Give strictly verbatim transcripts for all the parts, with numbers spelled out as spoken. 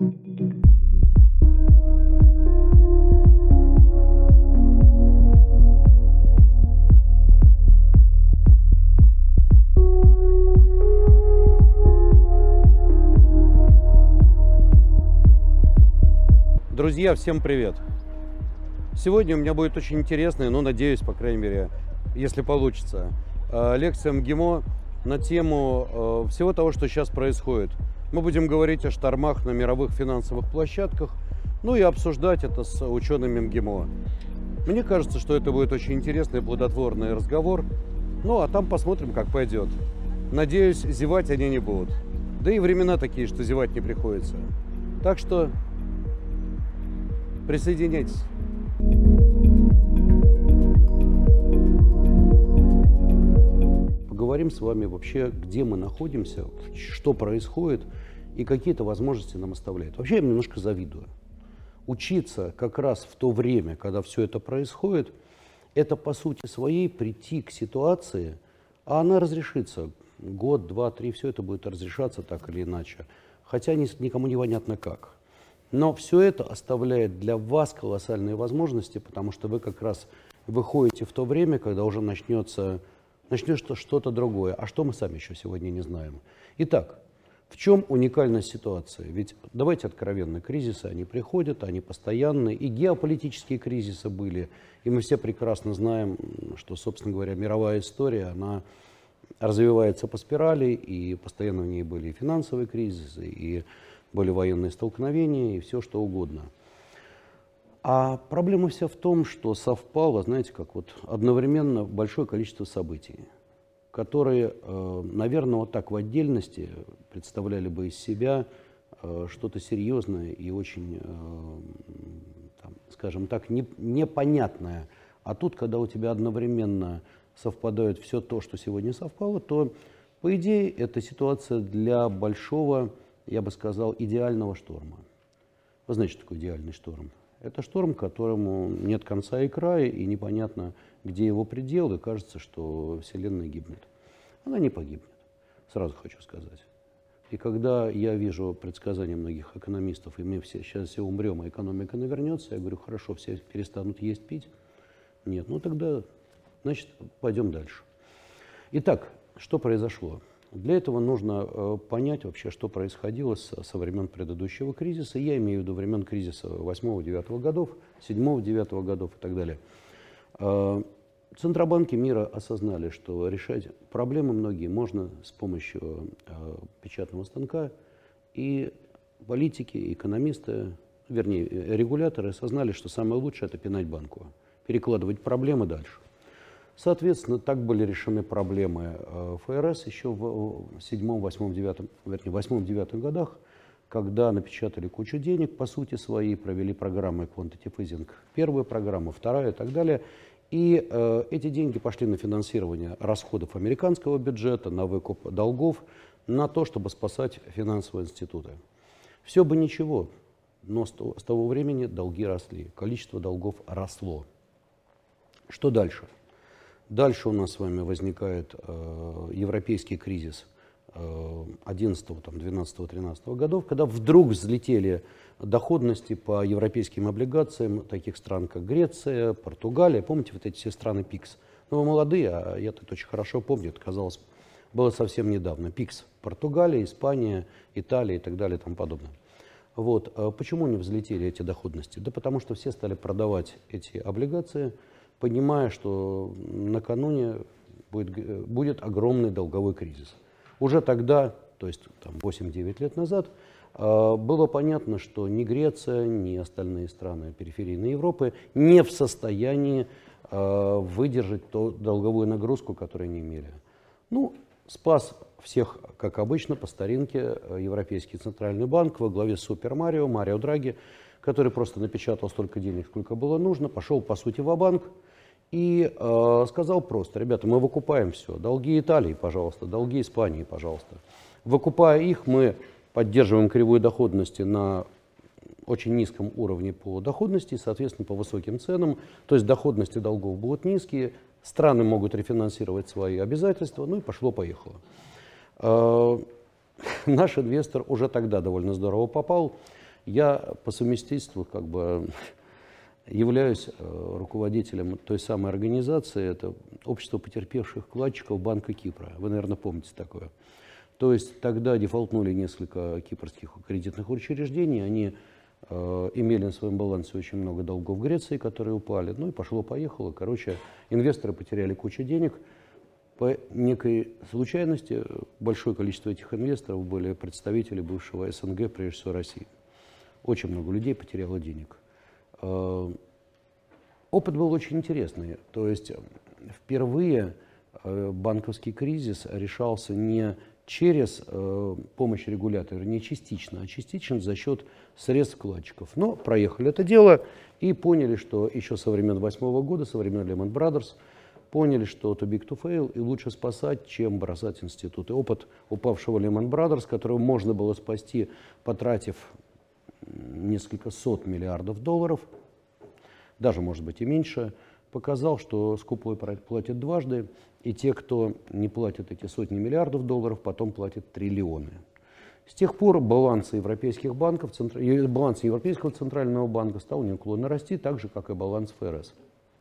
Друзья, всем привет! Сегодня у меня будет очень интересная, ну, надеюсь, по крайней мере, если получится, лекция МГИМО на тему всего того, что сейчас происходит. Мы будем говорить о штормах на мировых финансовых площадках, ну и обсуждать это с учеными МГИМО. Мне кажется, что это будет очень интересный и плодотворный разговор. Ну, а там посмотрим, как пойдет. Надеюсь, зевать они не будут. Да и времена такие, что зевать не приходится. Так что присоединяйтесь. Поговорим с вами вообще, где мы находимся, что происходит и какие-то возможности нам оставляет. Вообще я им немножко завидую. Учиться как раз в то время, когда все это происходит, это по сути своей прийти к ситуации, а она разрешится. Год, два, три, все это будет разрешаться так или иначе. Хотя никому не понятно как. Но все это оставляет для вас колоссальные возможности, потому что вы как раз выходите в то время, когда уже начнется, начнется что-то другое. А что мы сами еще сегодня не знаем. Итак, в чем уникальность ситуации? Ведь давайте откровенно, кризисы, они приходят, они постоянные, и геополитические кризисы были. И мы все прекрасно знаем, что, собственно говоря, мировая история, она развивается по спирали, и постоянно в ней были и финансовые кризисы, и были военные столкновения и все что угодно. А проблема вся в том, что совпало, знаете, как вот одновременно большое количество событий, которые, наверное, вот так в отдельности представляли бы из себя что-то серьезное и очень, там, скажем так, не, непонятное. А тут, когда у тебя одновременно совпадает все то, что сегодня совпало, то, по идее, это ситуация для большого, я бы сказал, идеального шторма. Вы знаете, что такое идеальный шторм? Это шторм, которому нет конца и края, и непонятно, где его предел, и кажется, что Вселенная гибнет. Она не погибнет, сразу хочу сказать. И когда я вижу предсказания многих экономистов, и мы все, сейчас все умрем, а экономика навернется, я говорю, хорошо, все перестанут есть, пить. Нет, ну тогда, значит, пойдем дальше. Итак, что произошло? Для этого нужно э, понять вообще, что происходило со, со времен предыдущего кризиса. Я имею в виду времен кризиса восьмого-девятого годов, седьмого-девятого годов и так далее. Э, Центробанки мира осознали, что решать проблемы многие можно с помощью э, печатного станка. И политики, экономисты, вернее, регуляторы осознали, что самое лучшее – это пинать банку, перекладывать проблемы дальше. Соответственно, так были решены проблемы ФРС еще в седьмом, восьмом, девятом, вернее, восьмом-девятом годах, когда напечатали кучу денег, по сути своей, провели программы quantitative easing, первая программа, вторая и так далее. И э, эти деньги пошли на финансирование расходов американского бюджета, на выкуп долгов, на то, чтобы спасать финансовые институты. Все бы ничего, но с того, с того времени долги росли, количество долгов росло. Что дальше? Дальше у нас с вами возникает э, европейский кризис э, одиннадцатого, двенадцатого, тринадцатого годов, когда вдруг взлетели доходности по европейским облигациям таких стран, как Греция, Португалия. Помните вот эти все страны ПИКС? Ну, вы молодые, а я это очень хорошо помню, это, казалось, было совсем недавно. ПИКС – Португалия, Испания, Италия и так далее и тому подобное. Вот. Почему не взлетели эти доходности? Да потому что все стали продавать эти облигации, понимая, что накануне будет, будет огромный долговой кризис. Уже тогда, то есть восемь-девять лет назад, было понятно, что ни Греция, ни остальные страны периферийной Европы не в состоянии выдержать ту долговую нагрузку, которую они имели. Ну, спас всех, как обычно, по старинке, Европейский центральный банк во главе с Супер Марио, Марио Драги, который просто напечатал столько денег, сколько было нужно, пошел, по сути, ва-банк и э, сказал просто: ребята, мы выкупаем все, долги Италии, пожалуйста, долги Испании, пожалуйста. Выкупая их, мы поддерживаем кривую доходности на очень низком уровне по доходности, соответственно, по высоким ценам, то есть доходности долгов будут низкие, страны могут рефинансировать свои обязательства, ну и пошло-поехало. Э, наш инвестор уже тогда довольно здорово попал. Я по совместительству как бы являюсь руководителем той самой организации, это Общество потерпевших вкладчиков Банка Кипра. Вы, наверное, помните такое. То есть тогда дефолтнули несколько кипрских кредитных учреждений, они э, имели на своем балансе очень много долгов в Греции, которые упали, ну и пошло-поехало. Короче, инвесторы потеряли кучу денег. По некой случайности большое количество этих инвесторов были представители бывшего СНГ, прежде всего России. Очень много людей потеряло денег. Э, опыт был очень интересный. То есть впервые э, банковский кризис решался не через э, помощь регулятора, не частично, а частично за счет средств вкладчиков. Но проехали это дело и поняли, что еще со времен восьмого года, со времен Lehman Brothers, поняли, что too big to fail, и лучше спасать, чем бросать институты. Опыт упавшего Lehman Brothers, которого можно было спасти, потратив несколько сот миллиардов долларов, даже, может быть, и меньше, показал, что скупой платят дважды, и те, кто не платит эти сотни миллиардов долларов, потом платят триллионы. С тех пор баланс европейских банков, баланс Европейского центрального банка стал неуклонно расти, так же, как и баланс ФРС.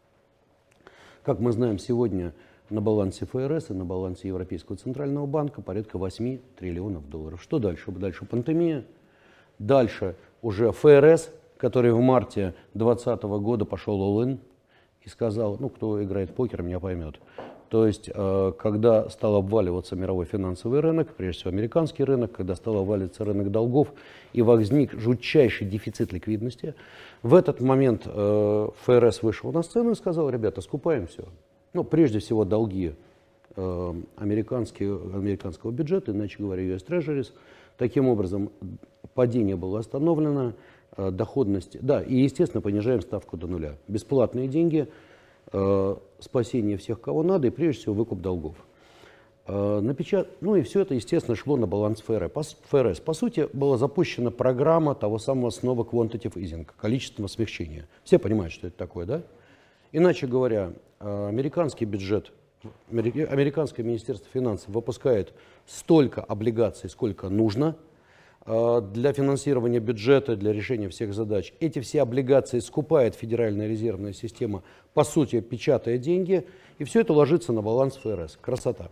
Как мы знаем, сегодня на балансе ФРС и на балансе Европейского центрального банка порядка восьми триллионов долларов. Что дальше? Дальше пандемия, дальше уже ФРС, который в марте две тысячи двадцатого года пошел all-in и сказал, ну, кто играет в покер, меня поймет. То есть, э, когда стал обваливаться мировой финансовый рынок, прежде всего американский рынок, когда стал обваливаться рынок долгов и возник жутчайший дефицит ликвидности, в этот момент э, ФРС вышел на сцену и сказал, ребята, скупаем все. Ну, прежде всего, долги э, американские, американского бюджета, иначе говоря, ю эс Treasuries. Таким образом, падение было остановлено, э, доходность, да, и, естественно, понижаем ставку до нуля. Бесплатные деньги, э, спасение всех, кого надо, и, прежде всего, выкуп долгов. Э, напечат... Ну и все это, естественно, шло на баланс ФРС. ФРС. По сути, была запущена программа того самого снова quantitative easing, количественного смягчения. Все понимают, что это такое, да? Иначе говоря, э, американский бюджет, американское министерство финансов выпускает столько облигаций, сколько нужно для финансирования бюджета, для решения всех задач. Эти все облигации скупает Федеральная резервная система, по сути, печатая деньги, и все это ложится на баланс ФРС. Красота.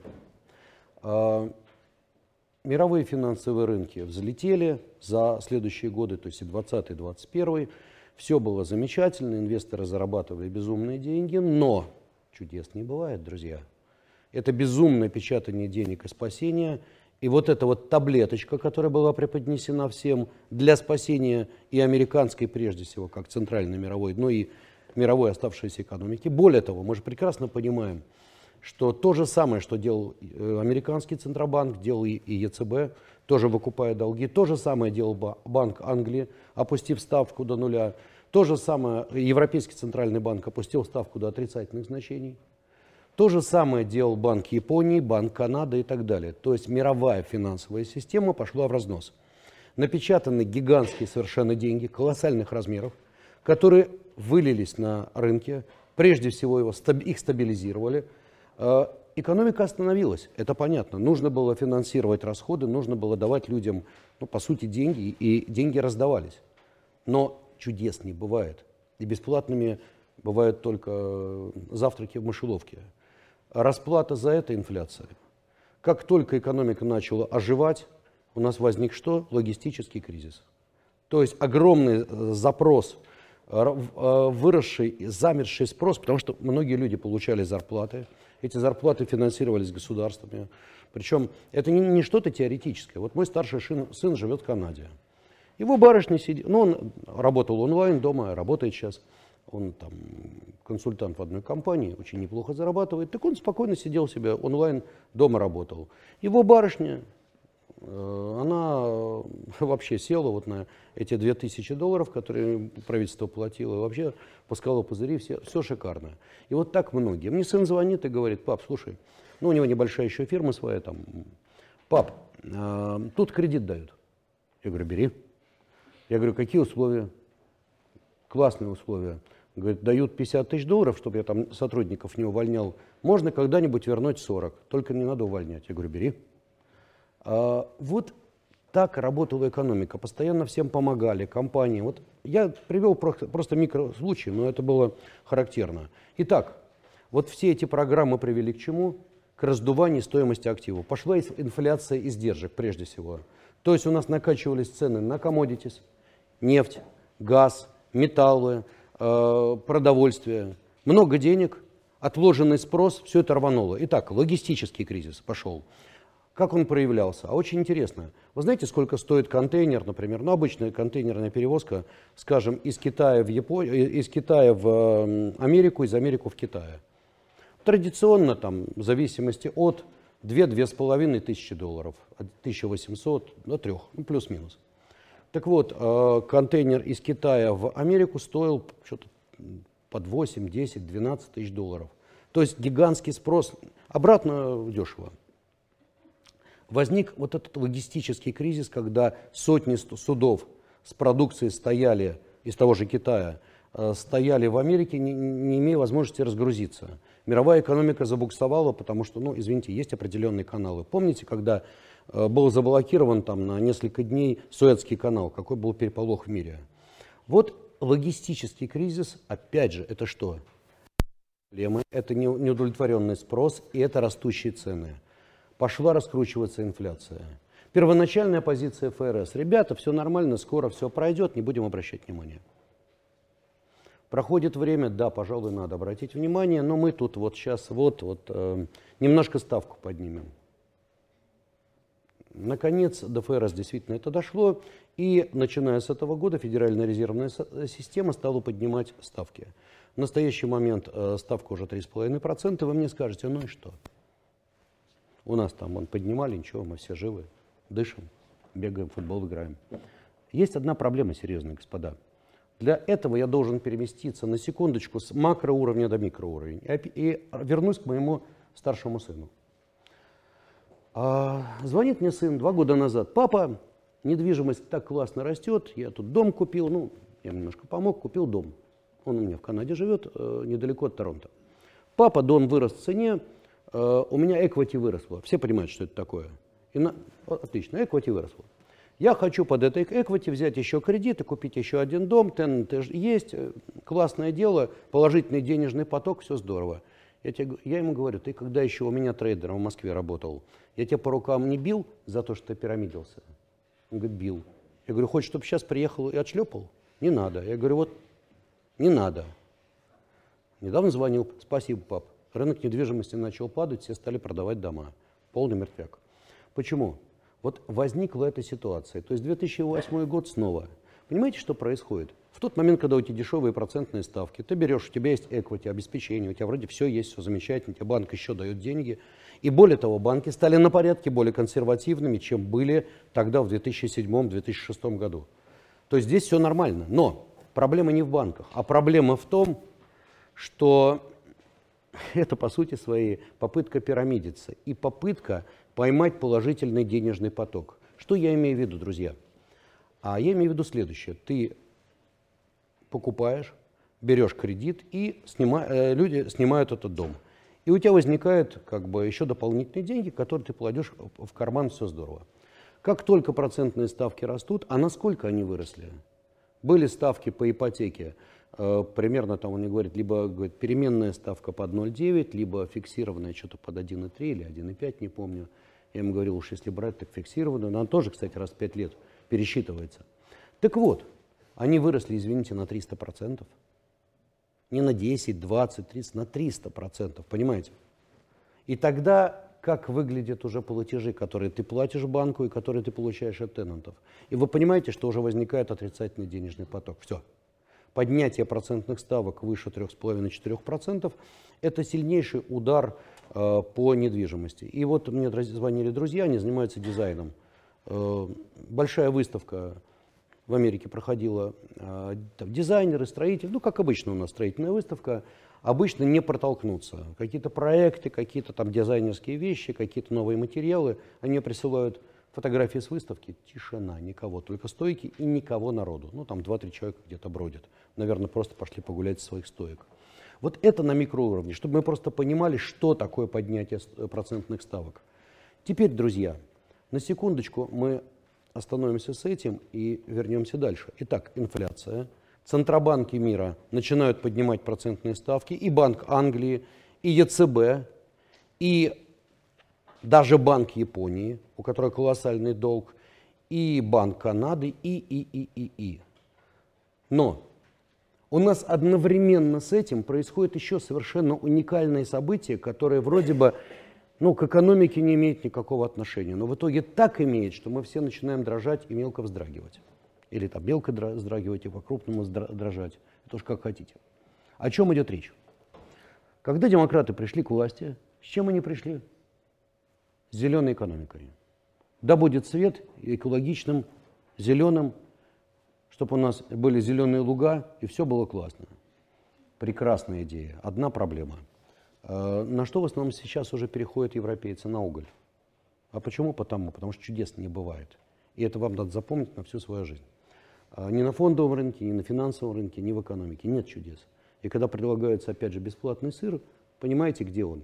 Мировые финансовые рынки взлетели за следующие годы, то есть и двадцатый, двадцать первый. Все было замечательно, инвесторы зарабатывали безумные деньги, но чудес не бывает, друзья. Это безумное печатание денег и спасения. И вот эта вот таблеточка, которая была преподнесена всем для спасения и американской, прежде всего, как центральной мировой, но и мировой оставшейся экономики. Более того, мы же прекрасно понимаем, что то же самое, что делал американский Центробанк, делал и е цэ бэ, тоже выкупая долги, то же самое делал Банк Англии, опустив ставку до нуля, то же самое Европейский Центральный банк опустил ставку до отрицательных значений. То же самое делал Банк Японии, Банк Канады и так далее. То есть мировая финансовая система пошла в разнос. Напечатаны гигантские совершенно деньги, колоссальных размеров, которые вылились на рынке, прежде всего его, их стабилизировали. Экономика остановилась, это понятно. Нужно было финансировать расходы, нужно было давать людям, ну, по сути, деньги, и деньги раздавались. Но чудес не бывает. И бесплатными бывают только завтраки в мышеловке. Расплата за это инфляция. Как только экономика начала оживать, у нас возник что? Логистический кризис. То есть огромный запрос, выросший, замерзший спрос, потому что многие люди получали зарплаты. Эти зарплаты финансировались государствами. Причем это не, не что-то теоретическое. Вот мой старший сын, сын живет в Канаде. Его барышня сидит, ну он работал онлайн дома, работает сейчас. Он там консультант в одной компании, очень неплохо зарабатывает. Так он спокойно сидел себе онлайн, дома работал. Его барышня, она вообще села вот на эти две тысячи долларов, которые правительство платило, и вообще пускала пузыри, все, все шикарно. И вот так многие. Мне сын звонит и говорит: пап, слушай, ну у него небольшая еще фирма своя там. Пап, э, тут кредит дают. Я говорю, бери. Я говорю, какие условия? Классные условия. Говорит, дают пятьдесят тысяч долларов, чтобы я там сотрудников не увольнял. Можно когда-нибудь вернуть сорок, только не надо увольнять. Я говорю, бери. А, вот Так работала экономика, постоянно всем помогали, компании. Вот я привел просто микрослучай, но это было характерно. Итак, вот все эти программы привели к чему? К раздуванию стоимости активов. Пошла инфляция издержек прежде всего. То есть у нас накачивались цены на commodities, нефть, газ, металлы, э, продовольствие. Много денег, отложенный спрос, все это рвануло. Итак, логистический кризис пошел. Как он проявлялся? А очень интересно. Вы знаете, сколько стоит контейнер, например, ну, обычная контейнерная перевозка, скажем, из Китая в Японию, из Китая в Америку, из Америки в Китай? Традиционно, там, в зависимости от две-две с половиной тысячи долларов, от тысячи восьмисот до трёх, ну, плюс-минус. Так вот, контейнер из Китая в Америку стоил что-то под восемь, десять, двенадцать тысяч долларов. То есть гигантский спрос, обратно дешево. Возник вот этот логистический кризис, когда сотни судов с продукцией стояли из того же Китая, стояли в Америке, не, не имея возможности разгрузиться. Мировая экономика забуксовала, потому что, ну, извините, есть определенные каналы. Помните, когда э, был заблокирован там на несколько дней Суэцкий канал, какой был переполох в мире? Вот логистический кризис, опять же, это что? Проблемы, это неудовлетворенный спрос и это растущие цены. Пошла раскручиваться инфляция. Первоначальная позиция ФРС. Ребята, все нормально, скоро все пройдет, не будем обращать внимания. Проходит время, да, пожалуй, надо обратить внимание, но мы тут вот сейчас вот, вот э, немножко ставку поднимем. Наконец, до ФРС действительно это дошло, и начиная с этого года Федеральная резервная система стала поднимать ставки. В настоящий момент э, ставка уже три с половиной процента, вы мне скажете, ну и что? У нас там вон, поднимали, ничего, мы все живы, дышим, бегаем, в футбол играем. Есть одна проблема серьезная, господа. Для этого я должен переместиться на секундочку с макроуровня до микроуровня. И вернусь к моему старшему сыну. А, звонит мне сын два года назад. Папа, недвижимость так классно растет, я тут дом купил, ну, я немножко помог, купил дом. Он у меня в Канаде живет, э, недалеко от Торонто. Папа, дом вырос в цене, э, у меня эквити выросло. Все понимают, что это такое. И на... Отлично, эквити выросло. Я хочу под этой эквити взять еще кредит и купить еще один дом, тенанты есть, классное дело, положительный денежный поток, все здорово. Я, тебе, я ему говорю, ты когда еще у меня трейдером в Москве работал, я тебя по рукам не бил за то, что ты пирамидился? Он говорит, бил. Я говорю, хочешь, чтобы сейчас приехал и отшлепал? Не надо. Я говорю, вот не надо. Недавно звонил, спасибо, пап. Рынок недвижимости начал падать, все стали продавать дома. Полный мертвяк. Почему? Вот возникла эта ситуация. То есть две тысячи восьмой год снова. Понимаете, что происходит? В тот момент, когда у тебя дешевые процентные ставки, ты берешь, у тебя есть эквити, обеспечение, у тебя вроде все есть, все замечательно, тебе банк еще дает деньги. И более того, банки стали на порядке более консервативными, чем были тогда в две тысячи седьмом — две тысячи шестом году. То есть здесь все нормально. Но проблема не в банках, а проблема в том, что это, по сути своей, попытка пирамидиться и попытка поймать положительный денежный поток. Что я имею в виду, друзья? А я имею в виду следующее. Ты покупаешь, берешь кредит, и снима, э, люди снимают этот дом. И у тебя возникают как бы еще дополнительные деньги, которые ты кладешь в карман, все здорово. Как только процентные ставки растут, а насколько они выросли? Были ставки по ипотеке, э, примерно там он мне говорит, либо говорит, переменная ставка под ноль целых девять, либо фиксированная что-то под один целых три или один целых пять, не помню. Я ему говорил, уж если брать, так фиксированную, но она тоже, кстати, раз в пять лет пересчитывается. Так вот, они выросли, извините, на триста процентов. Не на десять, двадцать, тридцать, на триста процентов, понимаете? И тогда как выглядят уже платежи, которые ты платишь банку и которые ты получаешь от тенантов? И вы понимаете, что уже возникает отрицательный денежный поток. Все. Поднятие процентных ставок выше трех с половиной — четырёх процентов – это сильнейший удар э, по недвижимости. И вот мне звонили друзья, они занимаются дизайном. Э, большая выставка в Америке проходила, э, там, дизайнеры, строители, ну, как обычно у нас строительная выставка, обычно не протолкнуться. Какие-то проекты, какие-то там дизайнерские вещи, какие-то новые материалы, они присылают фотографии с выставки, тишина, никого, только стойки и никого народу. Ну, там два-три человека где-то бродят. Наверное, просто пошли погулять со своих стоек. Вот это на микроуровне, чтобы мы просто понимали, что такое поднятие процентных ставок. Теперь, друзья, на секундочку мы остановимся с этим и вернемся дальше. Итак, инфляция. Центробанки мира начинают поднимать процентные ставки, и Банк Англии, и е цэ бэ, и даже Банк Японии, у которой колоссальный долг, и Банк Канады, и, и, и, и, и. Но у нас одновременно с этим происходит еще совершенно уникальное событие, которое вроде бы ну, к экономике не имеет никакого отношения, но в итоге так имеет, что мы все начинаем дрожать и мелко вздрагивать. Или там мелко вздрагивать и по-крупному дрожать. Это уж как хотите. О чем идет речь? Когда демократы пришли к власти, с чем они пришли? С зеленой экономикой. Да будет свет экологичным, зеленым, чтобы у нас были зеленые луга, и все было классно. Прекрасная идея. Одна проблема. На что в основном сейчас уже переходят европейцы? На уголь. А почему? Потому, потому что чудес не бывает. И это вам надо запомнить на всю свою жизнь. Ни на фондовом рынке, ни на финансовом рынке, ни в экономике нет чудес. И когда предлагается, опять же, бесплатный сыр, понимаете, где он?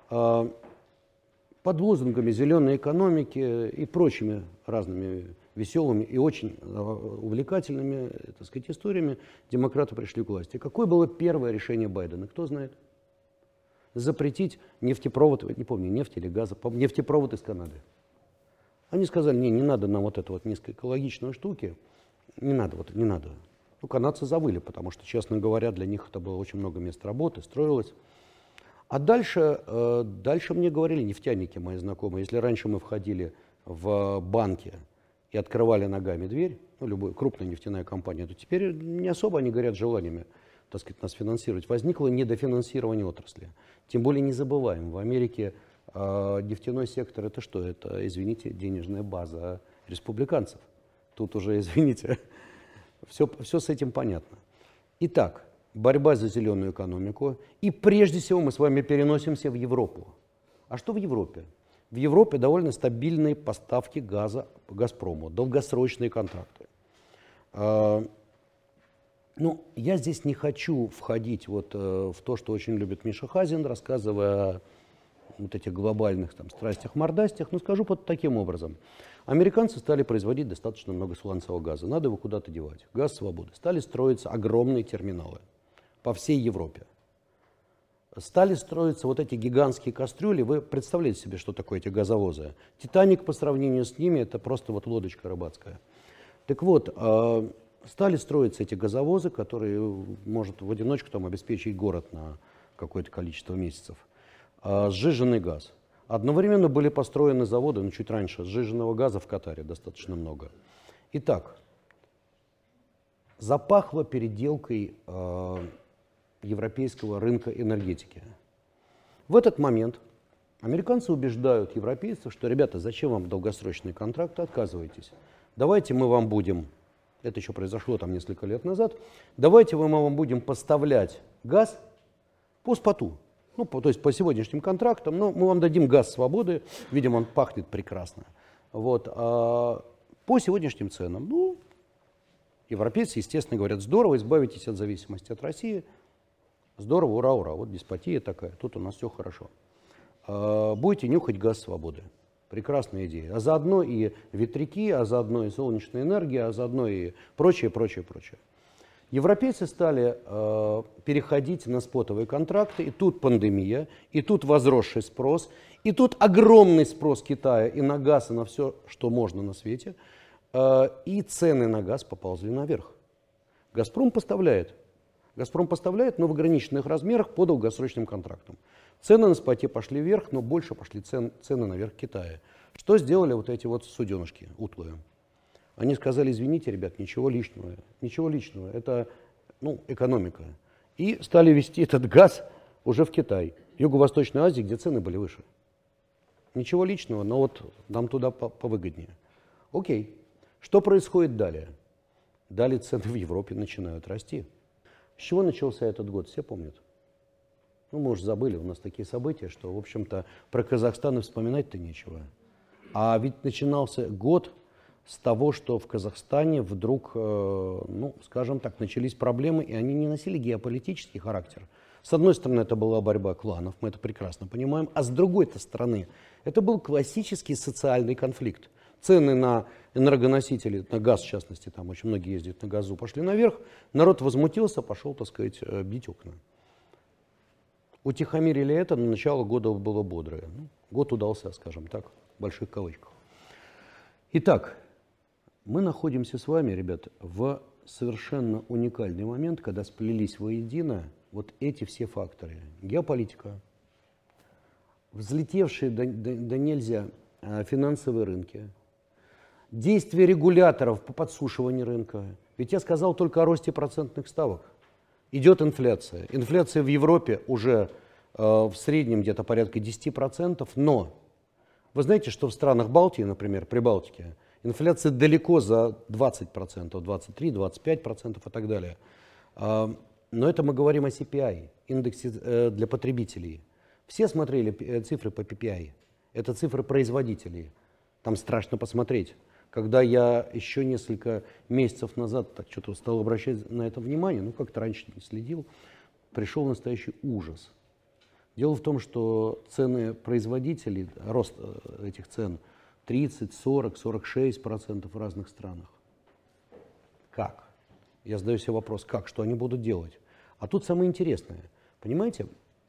Под лозунгами зеленой экономики и прочими разными веселыми и очень увлекательными, так сказать, историями демократы пришли к власти. Какое было первое решение Байдена? Кто знает? Запретить нефтепровод, не помню, нефть или газ, нефтепровод из Канады. Они сказали, не, не надо нам вот это вот низкоэкологичной штуки, не надо, вот не надо. Ну, канадцы завыли, потому что, честно говоря, для них это было очень много мест работы, строилось. А дальше, э, дальше мне говорили нефтяники, мои знакомые, если раньше мы входили в банки и открывали ногами дверь, ну, любая крупная нефтяная компания, то теперь не особо они горят желаниями, так сказать, нас финансировать. Возникло недофинансирование отрасли. Тем более не забываем, в Америке э, нефтяной сектор это что? Это, извините, денежная база республиканцев. Тут уже, извините, все, все с этим понятно. Итак, борьба за зеленую экономику. И прежде всего мы с вами переносимся в Европу. А что в Европе? В Европе довольно стабильные поставки газа по «Газпрому», долгосрочные контракты. А, ну, я здесь не хочу входить вот, э, в то, что очень любит Миша Хазин, рассказывая о вот этих глобальных там, страстях-мордастях, но скажу вот таким образом. Американцы стали производить достаточно много сланцевого газа. Надо его куда-то девать. Газ свободы. Стали строиться огромные терминалы по всей Европе. Стали строиться вот эти гигантские кастрюли. Вы представляете себе, что такое эти газовозы? «Титаник» по сравнению с ними – это просто вот лодочка рыбацкая. Так вот, стали строиться эти газовозы, которые может в одиночку там, обеспечить город на какое-то количество месяцев. Сжиженный газ. Одновременно были построены заводы, ну чуть раньше, сжиженного газа в Катаре достаточно много. Итак, запахло переделкой э, европейского рынка энергетики. В этот момент американцы убеждают европейцев, что, ребята, зачем вам долгосрочные контракты, отказывайтесь. Давайте мы вам будем, это еще произошло там несколько лет назад, давайте мы вам будем поставлять газ по споту. Ну, по, то есть по сегодняшним контрактам, но мы вам дадим газ свободы, видимо, он пахнет прекрасно. Вот, а по сегодняшним ценам, ну, европейцы, естественно, говорят, здорово, избавитесь от зависимости от России, здорово, ура, ура, вот деспотия такая, тут у нас все хорошо. А, будете нюхать газ свободы. Прекрасная идея. А заодно и ветряки, а заодно и солнечная энергия, а заодно и прочее, прочее, прочее. Европейцы стали э, переходить на спотовые контракты, и тут пандемия, и тут возросший спрос, и тут огромный спрос Китая и на газ, и на все, что можно на свете, э, и цены на газ поползли наверх. «Газпром» поставляет. «Газпром» поставляет, но в ограниченных размерах по долгосрочным контрактам. Цены на споте пошли вверх, но больше пошли цен, цены наверх Китая. Что сделали вот эти вот суденышки утлые? Они сказали, извините, ребят, ничего личного, ничего личного, это ну, экономика. И стали везти этот газ уже в Китай, в Юго-Восточной Азии, где цены были выше. Ничего личного, но вот нам туда повыгоднее. Окей, что происходит далее? Далее цены в Европе начинают расти. С чего начался этот год, все помнят? Ну, мы уже забыли, у нас такие события, что, в общем-то, про Казахстан и вспоминать-то нечего. А ведь начинался год с того, что в Казахстане вдруг, э, ну, скажем так, начались проблемы, и они не носили геополитический характер. С одной стороны, это была борьба кланов, мы это прекрасно понимаем, а с другой-то стороны, это был классический социальный конфликт. Цены на энергоносители, на газ в частности, там очень многие ездят на газу, пошли наверх, народ возмутился, пошел, так сказать, бить окна. Утихомирили это, но начало года было бодрое. Ну, год удался, скажем так, в больших кавычках. Итак, мы находимся с вами, ребят, в совершенно уникальный момент, когда сплелись воедино вот эти все факторы. Геополитика, взлетевшие до, до, до нельзя финансовые рынки, действия регуляторов по подсушиванию рынка. Ведь я сказал только о росте процентных ставок. Идет инфляция. Инфляция в Европе уже э, в среднем где-то порядка десять процентов, но вы знаете, что в странах Балтии, например, Прибалтике, инфляция далеко за двадцать процентов, двадцать три — двадцать пять процентов и так далее. Э, но это мы говорим о си пи ай, индексе э, для потребителей. Все смотрели цифры по пи пи ай. Это цифры производителей. Там страшно посмотреть. Когда я еще несколько месяцев назад так что-то стал обращать на это внимание, ну как-то раньше не следил, пришел настоящий ужас. Дело в том, что цены производителей, рост этих цен тридцать, сорок, сорок шесть процентов в разных странах. Как? Я задаю себе вопрос, как, что они будут делать? А тут самое интересное. Понимаете,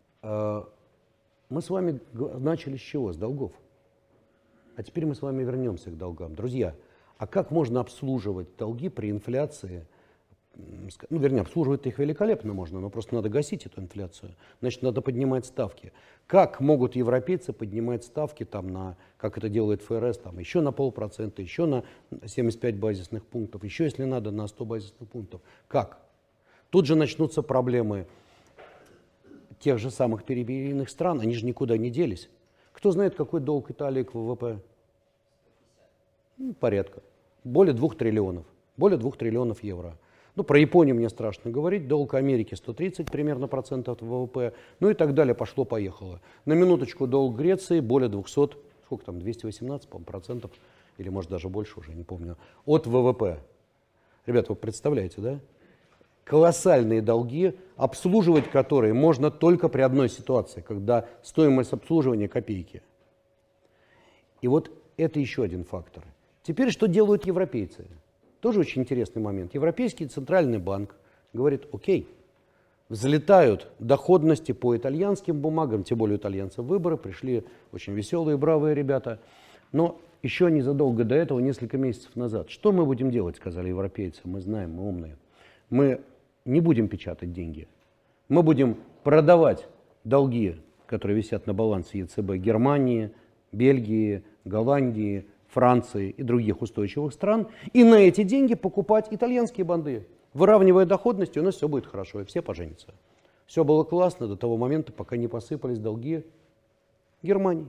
мы с вами начали с чего? С долгов. А теперь мы с вами вернемся к долгам. Друзья, а как можно обслуживать долги при инфляции? Ну, вернее, обслуживать их великолепно можно, но просто надо гасить эту инфляцию. Значит, надо поднимать ставки. Как могут европейцы поднимать ставки там, на, как это делает эф эр эс, там, еще на полпроцента, еще на семьдесят пять базисных пунктов, еще, если надо, на сто базисных пунктов? Как? Тут же начнутся проблемы тех же самых периферийных стран, они же никуда не делись. Кто знает, какой долг Италии к вэ вэ пэ? Ну, порядка. Более двух триллионов. Более двух триллионов евро. Ну, про Японию мне страшно говорить. Долг Америки сто тридцать примерно процентов вэ вэ пэ. Ну и так далее. Пошло-поехало. На минуточку долг Греции более двухсот, сколько там, двести восемнадцать, по-моему, процентов, или может даже больше уже, не помню, от вэ вэ пэ. Ребята, вы представляете, да? Колоссальные долги, обслуживать которые можно только при одной ситуации, когда стоимость обслуживания копейки. И вот это еще один фактор. Теперь что делают европейцы? Тоже очень интересный момент. Европейский центральный банк говорит, окей, взлетают доходности по итальянским бумагам, тем более у итальянцев выборы, пришли очень веселые, бравые ребята. Но еще незадолго до этого, несколько месяцев назад, что мы будем делать, сказали европейцы, мы знаем, мы умные. Мы не будем печатать деньги. Мы будем продавать долги, которые висят на балансе е цэ бэ Германии, Бельгии, Голландии, Франции и других устойчивых стран, и на эти деньги покупать итальянские бонды. Выравнивая доходность, у нас все будет хорошо, и все поженятся. Все было классно до того момента, пока не посыпались долги Германии.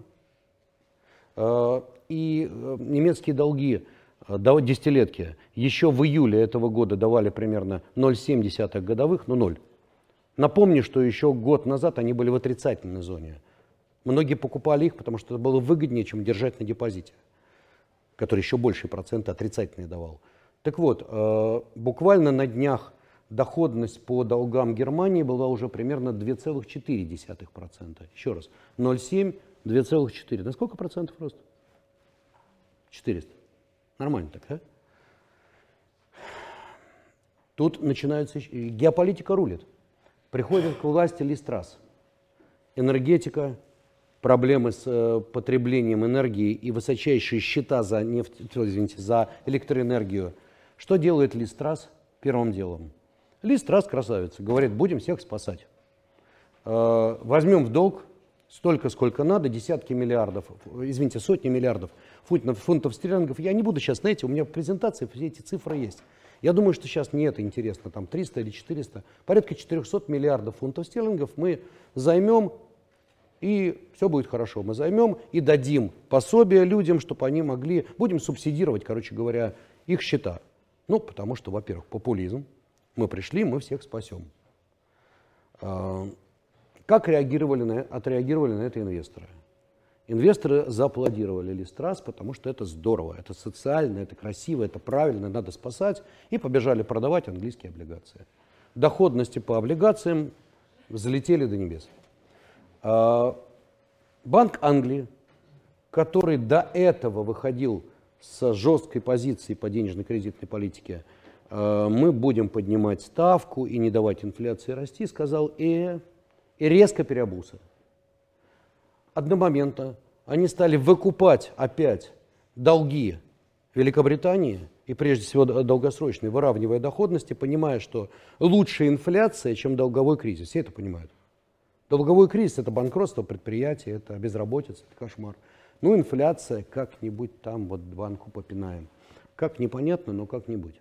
И немецкие долги до десятилетки еще в июле этого года давали примерно ноль целых семь десятых годовых, ну ноль. Напомню, что еще год назад они были в отрицательной зоне. Многие покупали их, потому что это было выгоднее, чем держать на депозите, который еще большие проценты отрицательные давал. Так вот, э, буквально на днях доходность по долгам Германии была уже примерно два целых четыре десятых процента. Еще раз, ноль целых семь, два целых четыре. На сколько процентов рост? четыреста. Нормально так, да? Тут начинается... Геополитика рулит. Приходит к власти Ли Страс. Энергетика, проблемы с э, потреблением энергии и высочайшие счета за нефть, извините, за электроэнергию. Что делает Ли Страс первым делом? Ли Страс, красавица, говорит, будем всех спасать. Э, возьмем в долг столько, сколько надо, десятки миллиардов, извините, сотни миллиардов фунтов, фунтов стерлингов. Я не буду сейчас, знаете, у меня в презентации все эти цифры есть. Я думаю, что сейчас не это интересно, там триста или четыреста, порядка четырехсот миллиардов фунтов стерлингов мы займем, и все будет хорошо. Мы займем и дадим пособие людям, чтобы они могли, будем субсидировать, короче говоря, их счета. Ну, потому что, во-первых, популизм. Мы пришли, мы всех спасем. Как реагировали на, отреагировали на это инвесторы? Инвесторы зааплодировали Ли Страс, потому что это здорово, это социально, это красиво, это правильно, надо спасать, и побежали продавать английские облигации. Доходности по облигациям взлетели до небес. Банк Англии, который до этого выходил с жесткой позицией по денежно-кредитной политике э, мы будем поднимать ставку и не давать инфляции расти, сказал, и, и резко переобулся. Одномоментно они стали выкупать опять долги Великобритании, и прежде всего долгосрочные, выравнивая доходности, понимая, что лучше инфляция, чем долговой кризис. Все это понимают. Долговой кризис – это банкротство предприятий, это безработица, это кошмар. Ну, инфляция, как-нибудь там вот банку попинаем. Как непонятно, но как-нибудь.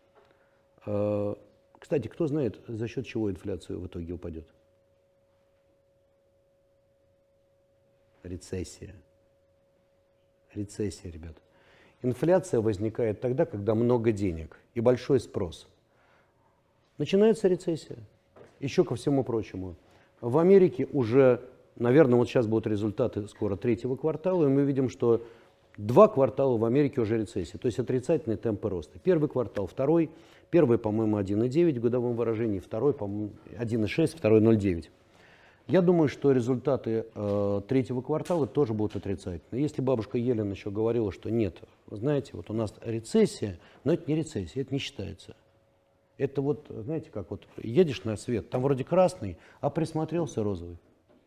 Кстати, кто знает, за счет чего инфляция в итоге упадет? Рецессия. Рецессия, ребята. Инфляция возникает тогда, когда много денег и большой спрос. Начинается рецессия. Еще ко всему прочему. В Америке уже, наверное, вот сейчас будут результаты скоро третьего квартала, и мы видим, что два квартала в Америке уже рецессия, то есть отрицательные темпы роста. Первый квартал, второй. Первый, по-моему, один и девять в годовом выражении, второй, по-моему, один и шесть, второй ноль девять. Я думаю, что результаты э, третьего квартала тоже будут отрицательные. Если бабушка Елена еще говорила, что нет, вы знаете, вот у нас рецессия, но это не рецессия, это не считается. Это вот, знаете, как вот едешь на свет, там вроде красный, а присмотрелся розовый.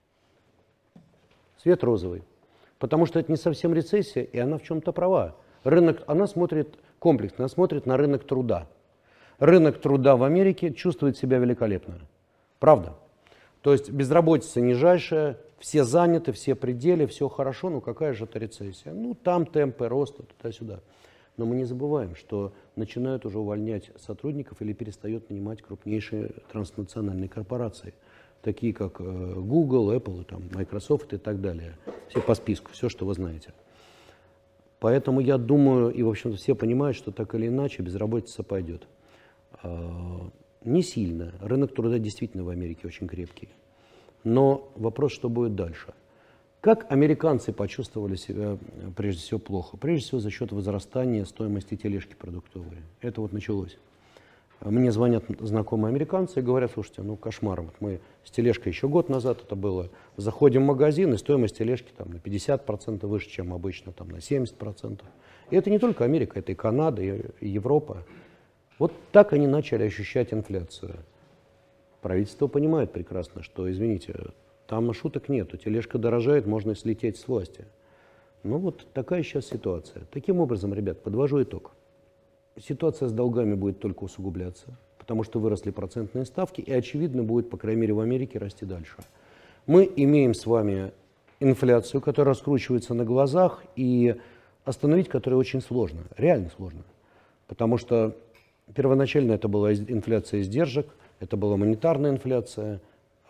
Свет розовый. Потому что это не совсем рецессия, и она в чем-то права. Рынок, она смотрит комплексно, она смотрит на рынок труда. Рынок труда в Америке чувствует себя великолепно. Правда. То есть безработица нижайшая, все заняты, все пределы, все хорошо, ну какая же это рецессия? Ну там темпы роста, туда-сюда. Но мы не забываем, что начинают уже увольнять сотрудников или перестают нанимать крупнейшие транснациональные корпорации, такие как Google, Apple, там, Microsoft и так далее. Все по списку, все, что вы знаете. Поэтому я думаю, и в общем-то все понимают, что так или иначе безработица пойдет. Не сильно. Рынок труда действительно в Америке очень крепкий. Но вопрос, что будет дальше. Как американцы почувствовали себя прежде всего плохо? Прежде всего за счет возрастания стоимости тележки продуктовой. Это вот началось. Мне звонят знакомые американцы и говорят, слушайте, ну кошмар, вот мы с тележкой еще год назад это было, заходим в магазин, и стоимость тележки там на пятьдесят процентов выше, чем обычно, там на семьдесят процентов. И это не только Америка, это и Канада, и Европа. Вот так они начали ощущать инфляцию. Правительство понимает прекрасно, что, извините, там шуток нету, тележка дорожает, можно слететь с власти. Ну вот такая сейчас ситуация. Таким образом, ребят, подвожу итог. Ситуация с долгами будет только усугубляться, потому что выросли процентные ставки, и, очевидно, будет, по крайней мере, в Америке расти дальше. Мы имеем с вами инфляцию, которая раскручивается на глазах, и остановить которую очень сложно, реально сложно. Потому что первоначально это была инфляция издержек, это была монетарная инфляция,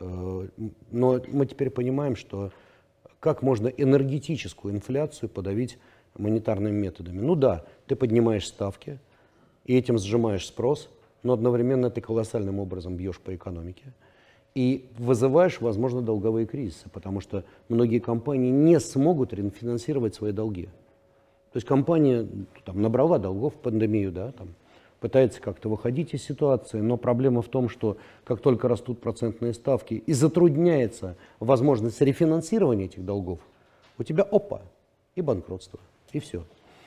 но мы теперь понимаем, что как можно энергетическую инфляцию подавить монетарными методами. Ну да, ты поднимаешь ставки, и этим сжимаешь спрос, но одновременно ты колоссальным образом бьешь по экономике и вызываешь, возможно, долговые кризисы, потому что многие компании не смогут рефинансировать свои долги. То есть компания там, набрала долгов в пандемию, да, там, пытается как-то выходить из ситуации, но проблема в том, что как только растут процентные ставки и затрудняется возможность рефинансирования этих долгов, у тебя опа, и банкротство, и все.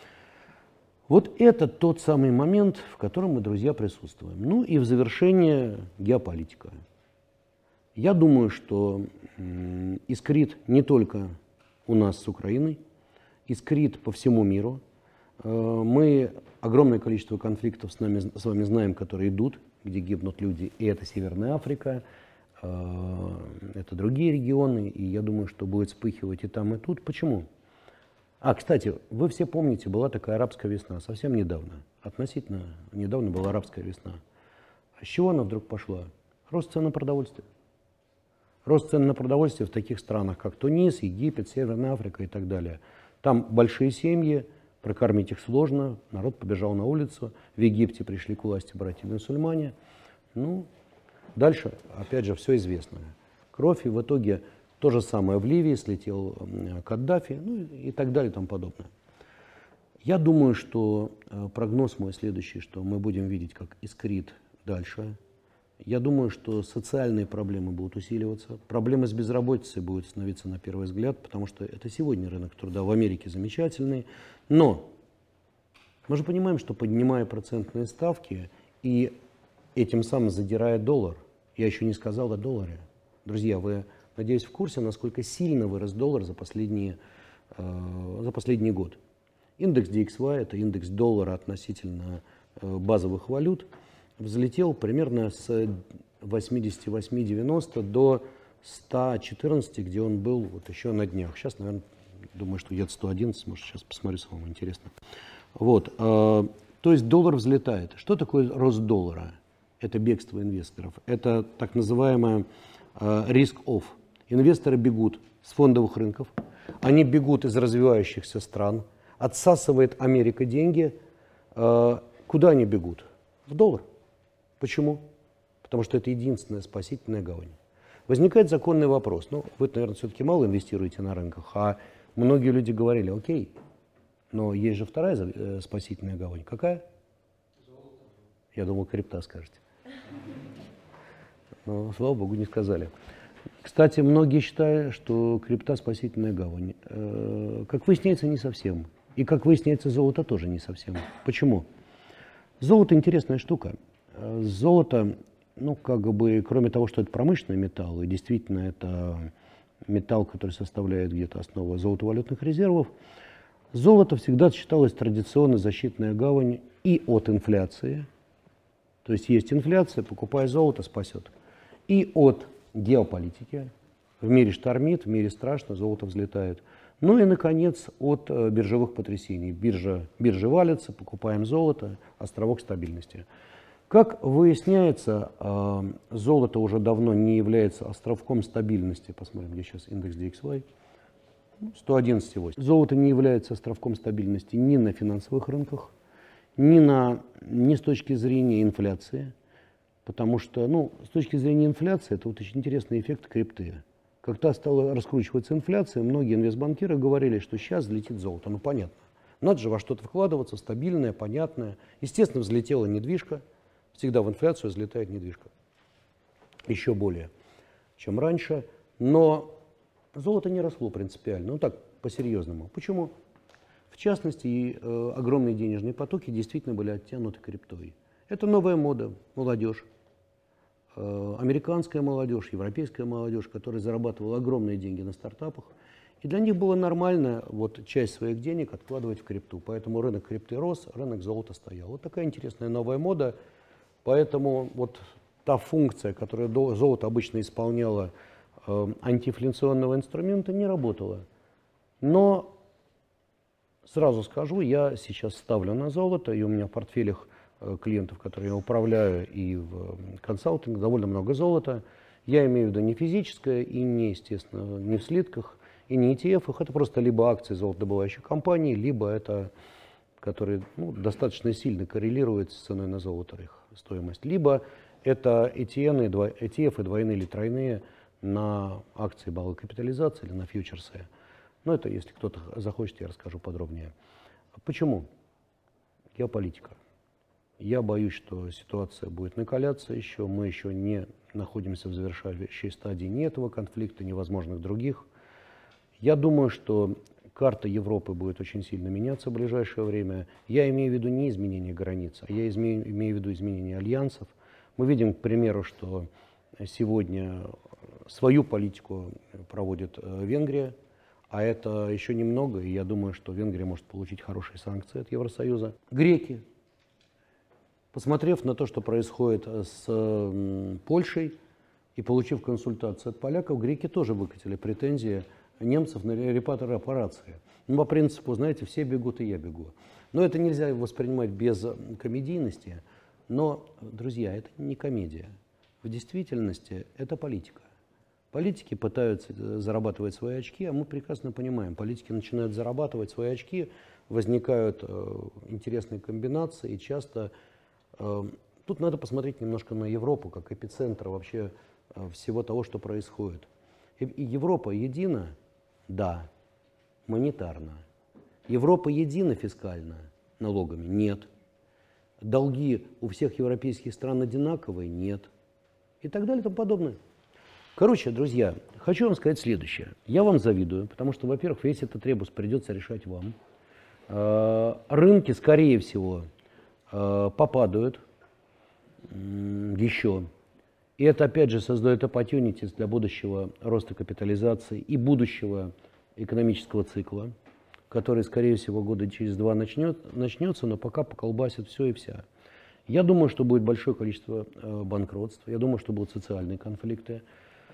Вот это тот самый момент, в котором мы, друзья, присутствуем. Ну и в завершение геополитика. Я думаю, что м, искрит не только у нас с Украиной, искрит по всему миру. Э, мы огромное количество конфликтов с, нами, с вами знаем, которые идут, где гибнут люди, и это Северная Африка, э, это другие регионы, и я думаю, что будет вспыхивать и там, и тут. Почему? А, кстати, вы все помните, была такая арабская весна, совсем недавно, относительно недавно была арабская весна. А с чего она вдруг пошла? Рост цен на продовольствие. Рост цен на продовольствие в таких странах, как Тунис, Египет, Северная Африка и так далее. Там большие семьи, прокормить их сложно, народ побежал на улицу, в Египте пришли к власти братья-мусульмане. Ну, дальше, опять же, все известно. Кровь, и в итоге то же самое в Ливии, слетел Каддафи, ну и так далее и тому подобное. Я думаю, что прогноз мой следующий, что мы будем видеть, как искрит дальше. Я думаю, что социальные проблемы будут усиливаться, проблемы с безработицей будут становиться на первый взгляд, потому что это сегодня рынок труда в Америке замечательный, но Мы же понимаем, что поднимая процентные ставки и этим самым задирая доллар, я еще не сказал о долларе. Друзья, вы, надеюсь, в курсе, насколько сильно вырос доллар за, последние, э, за последний год. Индекс ди экс уай, это индекс доллара относительно э, базовых валют, взлетел примерно с восьмидесяти восьми девяноста до ста четырнадцати, где он был вот еще на днях. Сейчас, наверное, думаю, что где-то сто одиннадцать, может, сейчас посмотрю, самому интересно. Вот, э, то есть доллар взлетает. Что такое рост доллара? Это бегство инвесторов. Это так называемое э, risk-off. Инвесторы бегут с фондовых рынков, они бегут из развивающихся стран, отсасывает Америка деньги. Э, куда они бегут? В доллар. Почему? Потому что это единственная спасительная гавань. Возникает законный вопрос. Ну, вы, наверное, все-таки мало инвестируете на рынках, а многие люди говорили, окей, но есть же вторая э, спасительная гавань. Какая? Золото. Я думал, крипта скажете. Но, слава богу, не сказали. Кстати, многие считают, что крипта спасительная гавань. Э, как выясняется, не совсем. И, как выясняется, золото тоже не совсем. Почему? Золото интересная штука. Золото, ну, как бы, кроме того, что это промышленный металл, и действительно это металл, который составляет где-то основу золотовалютных резервов, золото всегда считалось традиционно защитная гавань и от инфляции, то есть есть инфляция, покупая золото, спасет, и от геополитики, в мире штормит, в мире страшно, золото взлетает, ну и, наконец, от биржевых потрясений. Биржа, биржи валятся, покупаем золото, островок стабильности. Как выясняется, золото уже давно не является островком стабильности. Посмотрим, где сейчас индекс ди экс уай. сто одиннадцать целых восемь. Золото не является островком стабильности ни на финансовых рынках, ни, на, ни с точки зрения инфляции. Потому что, ну, с точки зрения инфляции, это вот очень интересный эффект крипты. Когда стала раскручиваться инфляция, многие инвестбанкиры говорили, что сейчас взлетит золото. Ну, понятно. Надо же во что-то вкладываться, стабильное, понятное. Естественно, взлетела недвижка. Всегда в инфляцию взлетает недвижка. Еще более, чем раньше. Но золото не росло принципиально. Ну, так, по-серьезному. Почему? В частности, и, э, огромные денежные потоки действительно были оттянуты криптой. Это новая мода, молодежь. Американская молодежь, европейская молодежь, которая зарабатывала огромные деньги на стартапах. И для них было нормально вот, часть своих денег откладывать в крипту. Поэтому рынок крипты рос, рынок золота стоял. Вот такая интересная новая мода. Поэтому вот та функция, которую золото обычно исполняло э, антиинфляционного инструмента, не работала. Но сразу скажу, я сейчас ставлю на золото, и у меня в портфелях клиентов, которые я управляю, и в консалтинге довольно много золота. Я имею в виду не физическое и не, естественно, не в слитках, и не и ти эф-ах. Это просто либо акции золотодобывающих компаний, либо это, которые ну, достаточно сильно коррелируют с ценой на золото, их стоимость. Либо это и ти эф-ы двойные или тройные на акции балловой капитализации или на фьючерсы. Но это, если кто-то захочет, я расскажу подробнее. Почему? Геополитика. Я боюсь, что ситуация будет накаляться еще. Мы еще не находимся в завершающей стадии ни этого конфликта, ни возможных других. Я думаю, что карта Европы будет очень сильно меняться в ближайшее время. Я имею в виду не изменение границ, а я имею, имею в виду изменение альянсов. Мы видим, к примеру, что сегодня свою политику проводит Венгрия, а это еще немного, и я думаю, что Венгрия может получить хорошие санкции от Евросоюза. Греки. Посмотрев на то, что происходит с Польшей и получив консультацию от поляков, греки тоже выкатили претензии немцев на репарации. Ну, по принципу, знаете, все бегут, и я бегу. Но это нельзя воспринимать без комедийности. Но, друзья, это не комедия. В действительности это политика. Политики пытаются зарабатывать свои очки, а мы прекрасно понимаем, политики начинают зарабатывать свои очки, возникают э, интересные комбинации, и часто э, тут надо посмотреть немножко на Европу, как эпицентр вообще э, всего того, что происходит. И, и Европа едина? Да. Монетарно. Европа едина фискально? Налогами? Нет. Долги у всех европейских стран одинаковые? Нет. И так далее и тому подобное. Короче, друзья, хочу вам сказать следующее. Я вам завидую, потому что, во-первых, весь этот ребус придется решать вам. Рынки, скорее всего, попадают еще. И это, опять же, создает opportunities для будущего роста капитализации и будущего экономического цикла, который, скорее всего, года через два начнет, начнется, но пока поколбасит все и вся. Я думаю, что будет большое количество банкротств, я думаю, что будут социальные конфликты.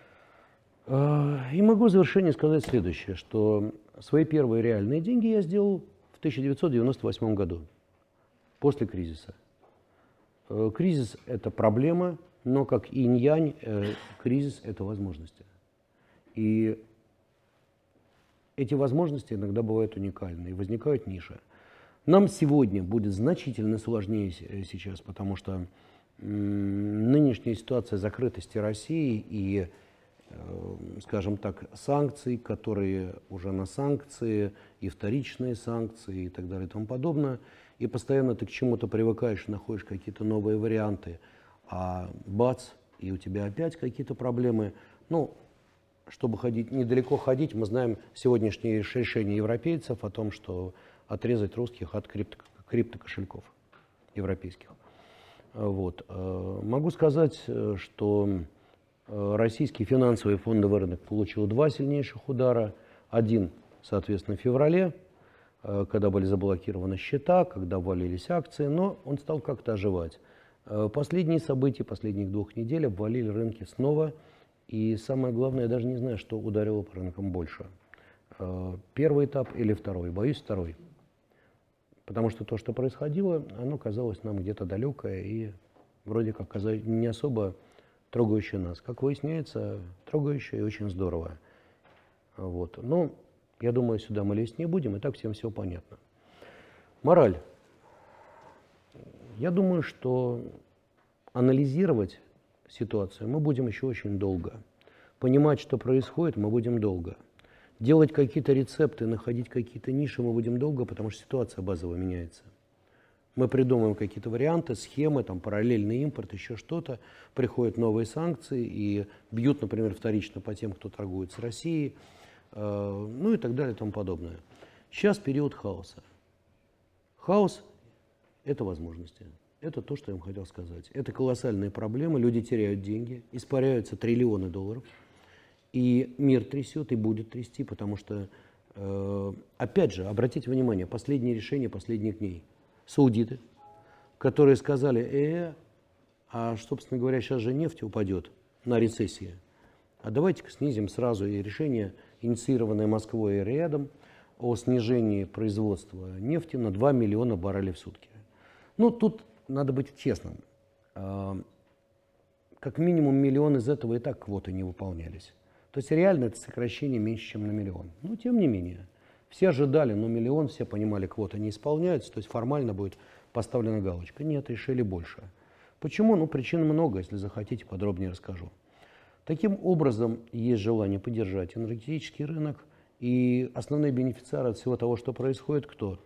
И могу в завершение сказать следующее, что свои первые реальные деньги я сделал в тысяча девятьсот девяносто восьмом году, после кризиса. Кризис – это проблема, но как инь-янь, кризис – это возможности. И эти возможности иногда бывают уникальны, и возникают ниши. Нам сегодня будет значительно сложнее сейчас, потому что нынешняя ситуация закрытости России и, скажем так, санкций, которые уже на санкции, и вторичные санкции, и так далее и тому подобное. И постоянно ты к чему-то привыкаешь, находишь какие-то новые варианты, а бац, и у тебя опять какие-то проблемы. Ну, чтобы ходить, недалеко ходить, мы знаем сегодняшние решения европейцев о том, что отрезать русских от крипто, криптокошельков европейских. Вот. Могу сказать, что российский финансовый фондовый рынок получил два сильнейших удара. Один, соответственно, в феврале, когда были заблокированы счета, когда валились акции, но он стал как-то оживать. Последние события последних двух недель обвалили рынки снова. И самое главное, я даже не знаю, что ударило по рынкам больше. Первый этап или второй? Боюсь, второй. Потому что то, что происходило, оно казалось нам где-то далекое и вроде как не особо трогающее нас. Как выясняется, трогающее и очень здорово. Вот. Но я думаю, сюда мы лезть не будем, и так всем все понятно. Мораль. Я думаю, что анализировать ситуацию мы будем еще очень долго. Понимать, что происходит, мы будем долго. Делать какие-то рецепты, находить какие-то ниши мы будем долго, потому что ситуация базово меняется. Мы придумаем какие-то варианты, схемы, там, параллельный импорт, еще что-то. Приходят новые санкции и бьют, например, вторично по тем, кто торгует с Россией, э, ну и так далее и тому подобное. Сейчас период хаоса. Хаос – это возможности. Это то, что я вам хотел сказать. Это колоссальные проблемы, люди теряют деньги, испаряются триллионы долларов, и мир трясет и будет трясти, потому что, э, опять же, обратите внимание, последние решения последних дней. Саудиты, которые сказали, э, а, собственно говоря, сейчас же нефть упадет на рецессии, а давайте-ка снизим сразу и решение, инициированное Москвой и Риадом, о снижении производства нефти на два миллиона баррелей в сутки. Ну, тут надо быть честным. Как минимум миллион из этого и так квоты не выполнялись. То есть реально это сокращение меньше, чем на миллион. Но тем не менее, все ожидали, но миллион, все понимали, квоты не исполняются, то есть формально будет поставлена галочка. Нет, решили больше. Почему? Ну, причин много, если захотите, подробнее расскажу. Таким образом, есть желание поддержать энергетический рынок, и основные бенефициары от всего того, что происходит, кто?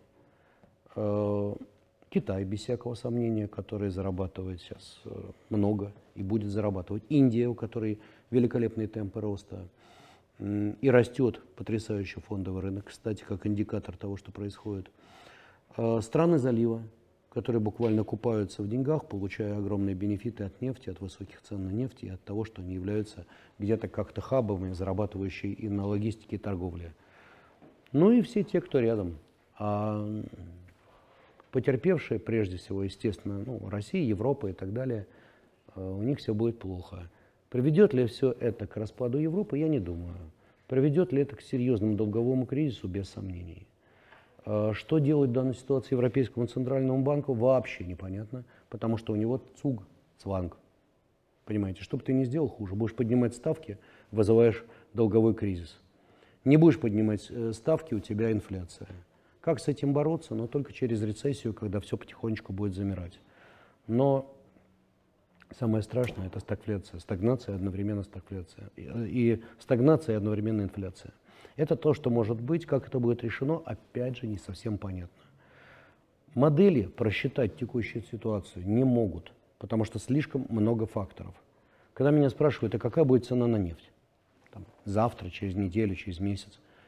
Китай, без всякого сомнения, который зарабатывает сейчас много и будет зарабатывать. Индия, у которой великолепные темпы роста и растет потрясающий фондовый рынок, кстати, как индикатор того, что происходит. Страны залива, которые буквально купаются в деньгах, получая огромные бенефиты от нефти, от высоких цен на нефть и от того, что они являются где-то как-то хабами, зарабатывающие и на логистике и торговле. Ну и все те, кто рядом. А потерпевшие, прежде всего, естественно, ну, Россия, Европа и так далее, у них все будет плохо. Приведет ли все это к распаду Европы, я не думаю. Приведет ли это к серьезному долговому кризису, без сомнений. Что делать в данной ситуации Европейскому центральному банку, вообще непонятно, потому что у него цуг, цванг. Понимаете, что бы ты ни сделал хуже, будешь поднимать ставки, вызываешь долговой кризис. Не будешь поднимать ставки, у тебя инфляция. Как с этим бороться? Но только через рецессию, когда все потихонечку будет замирать. Но самое страшное – это стагфляция. Стагнация, одновременно стагфляция. И стагнация, и одновременно инфляция. Это то, что может быть. Как это будет решено, опять же, не совсем понятно. Модели просчитать текущую ситуацию не могут, потому что слишком много факторов. Когда меня спрашивают, а какая будет цена на нефть? Там, завтра, через неделю, через месяц.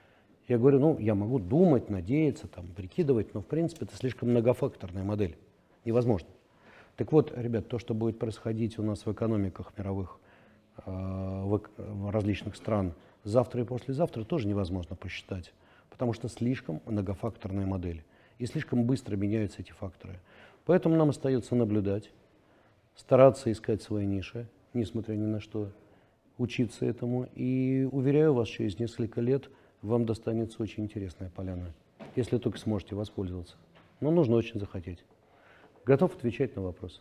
Я говорю, ну, я могу думать, надеяться, там, прикидывать, но, в принципе, это слишком многофакторная модель. Невозможно. Так вот, ребят, то, что будет происходить у нас в экономиках мировых, э, в, в различных стран завтра и послезавтра, тоже невозможно посчитать, потому что слишком многофакторная модель. И слишком быстро меняются эти факторы. Поэтому нам остается наблюдать, стараться искать свои ниши, несмотря ни на что, учиться этому. И уверяю вас, через несколько лет вам достанется очень интересная поляна, если только сможете воспользоваться. Но нужно очень захотеть. Готов отвечать на вопросы.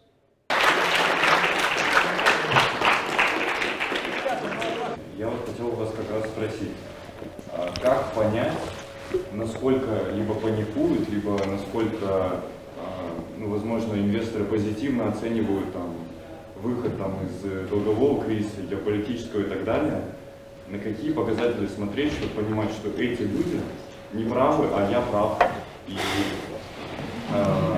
Я вот хотел у вас как раз спросить, а как понять, насколько либо паникуют, либо насколько, ну, возможно, инвесторы позитивно оценивают там, выход там, из долгового кризиса, геополитического и так далее, на какие показатели смотреть, чтобы понимать, что эти люди не правы, а я прав. И э,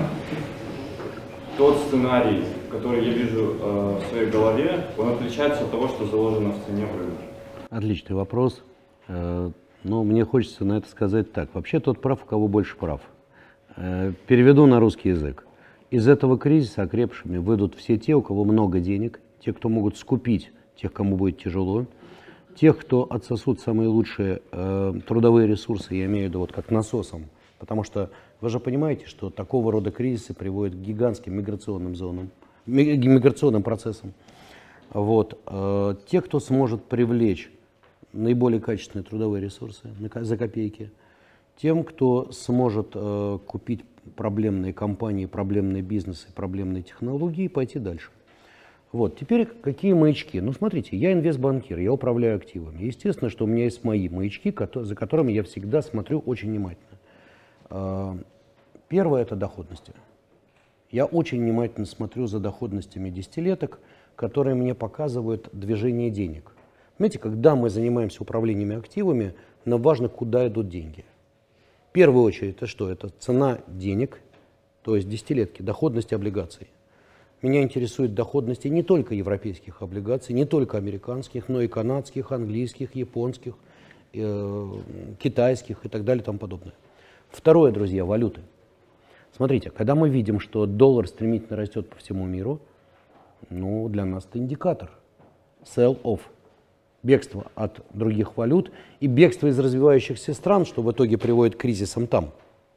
тот сценарий, который я вижу э, в своей голове, он отличается от того, что заложено в цене в рынке. Отличный вопрос. Э, но мне хочется на это сказать так. Вообще тот прав, у кого больше прав. Э, переведу на русский язык. Из этого кризиса окрепшими выйдут все те, у кого много денег, те, кто могут скупить тех, кому будет тяжело, тех, кто отсосут самые лучшие э, трудовые ресурсы, я имею в виду вот как насосом, потому что вы же понимаете, что такого рода кризисы приводят к гигантским миграционным зонам, миграционным процессам. Вот. Э, те, кто сможет привлечь наиболее качественные трудовые ресурсы за копейки, тем, кто сможет э, купить проблемные компании, проблемные бизнесы, проблемные технологии и пойти дальше. Вот. Теперь какие маячки? Ну, смотрите, я инвестбанкир, я управляю активами. Естественно, что у меня есть мои маячки, за которыми я всегда смотрю очень внимательно. Первое – это доходности. Я очень внимательно смотрю за доходностями десятилеток, которые мне показывают движение денег. Понимаете, когда мы занимаемся управлением активами, нам важно, куда идут деньги. В первую очередь, это что? Это цена денег, то есть десятилетки, доходности облигаций. Меня интересуют доходности не только европейских облигаций, не только американских, но и канадских, английских, японских, э, китайских и так далее и тому подобное. Второе, друзья, валюты. Смотрите, когда мы видим, что доллар стремительно растет по всему миру, ну, для нас это индикатор. Sell-off. Бегство от других валют и бегство из развивающихся стран, что в итоге приводит к кризисам там.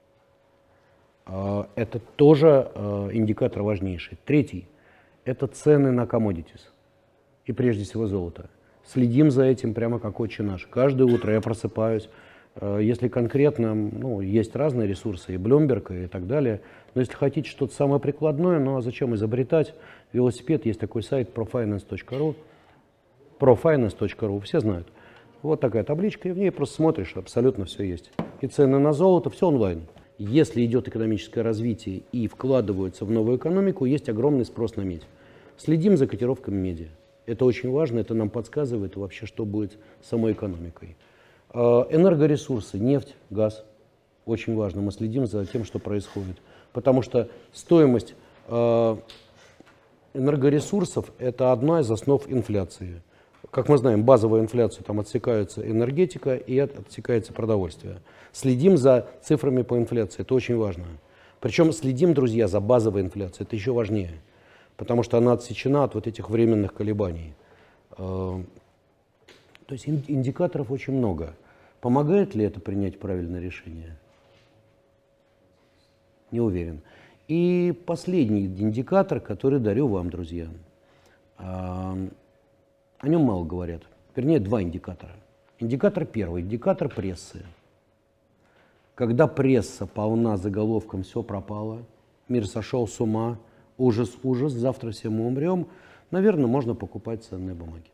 Это тоже индикатор важнейший. Третий – это цены на commodities. И прежде всего золото. Следим за этим прямо как отче наш. Каждое утро я просыпаюсь. Если конкретно, ну, есть разные ресурсы, и Bloomberg, и так далее. Но если хотите что-то самое прикладное, ну а зачем изобретать? Велосипед, есть такой сайт профайнанс точка ру. профайнанс точка ру, все знают. Вот такая табличка, и в ней просто смотришь, абсолютно все есть. И цены на золото, все онлайн. Если идет экономическое развитие и вкладываются в новую экономику, есть огромный спрос на медь. Следим за котировками меди. Это очень важно, это нам подсказывает вообще, что будет с самой экономикой. Энергоресурсы, нефть, газ. Очень важно, мы следим за тем, что происходит. Потому что стоимость энергоресурсов – это одна из основ инфляции. Как мы знаем, базовая инфляция, там отсекается энергетика и отсекается продовольствие. Следим за цифрами по инфляции, это очень важно. Причем следим, друзья, за базовой инфляцией, это еще важнее, потому что она отсечена от вот этих временных колебаний. То есть индикаторов очень много. Помогает ли это принять правильное решение? Не уверен. И последний индикатор, который дарю вам, друзья. О нем мало говорят. Вернее, два индикатора. Индикатор первый, индикатор прессы. Когда пресса полна заголовком «все пропало», «мир сошел с ума», «ужас, ужас, завтра все мы умрем», наверное, можно покупать ценные бумаги.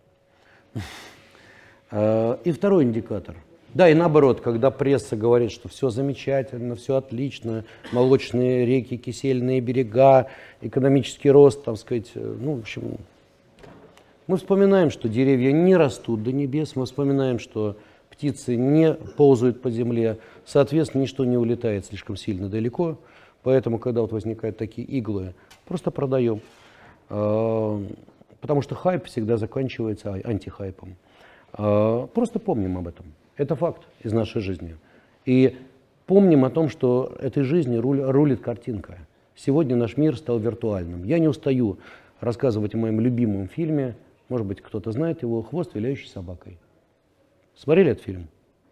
И второй индикатор. Да, и наоборот, когда пресса говорит, что все замечательно, все отлично, молочные реки, кисельные берега, экономический рост, так сказать, ну, в общем... Мы вспоминаем, что деревья не растут до небес, мы вспоминаем, что птицы не ползают по земле, соответственно, ничто не улетает слишком сильно далеко, поэтому, когда вот возникают такие иглы, просто продаем, потому что хайп всегда заканчивается антихайпом. Просто помним об этом. Это факт из нашей жизни. И помним о том, что этой жизни рулит картинка. Сегодня наш мир стал виртуальным. Я не устаю рассказывать о моем любимом фильме, может быть, кто-то знает его, «Хвост виляющей собакой». Смотрели этот фильм?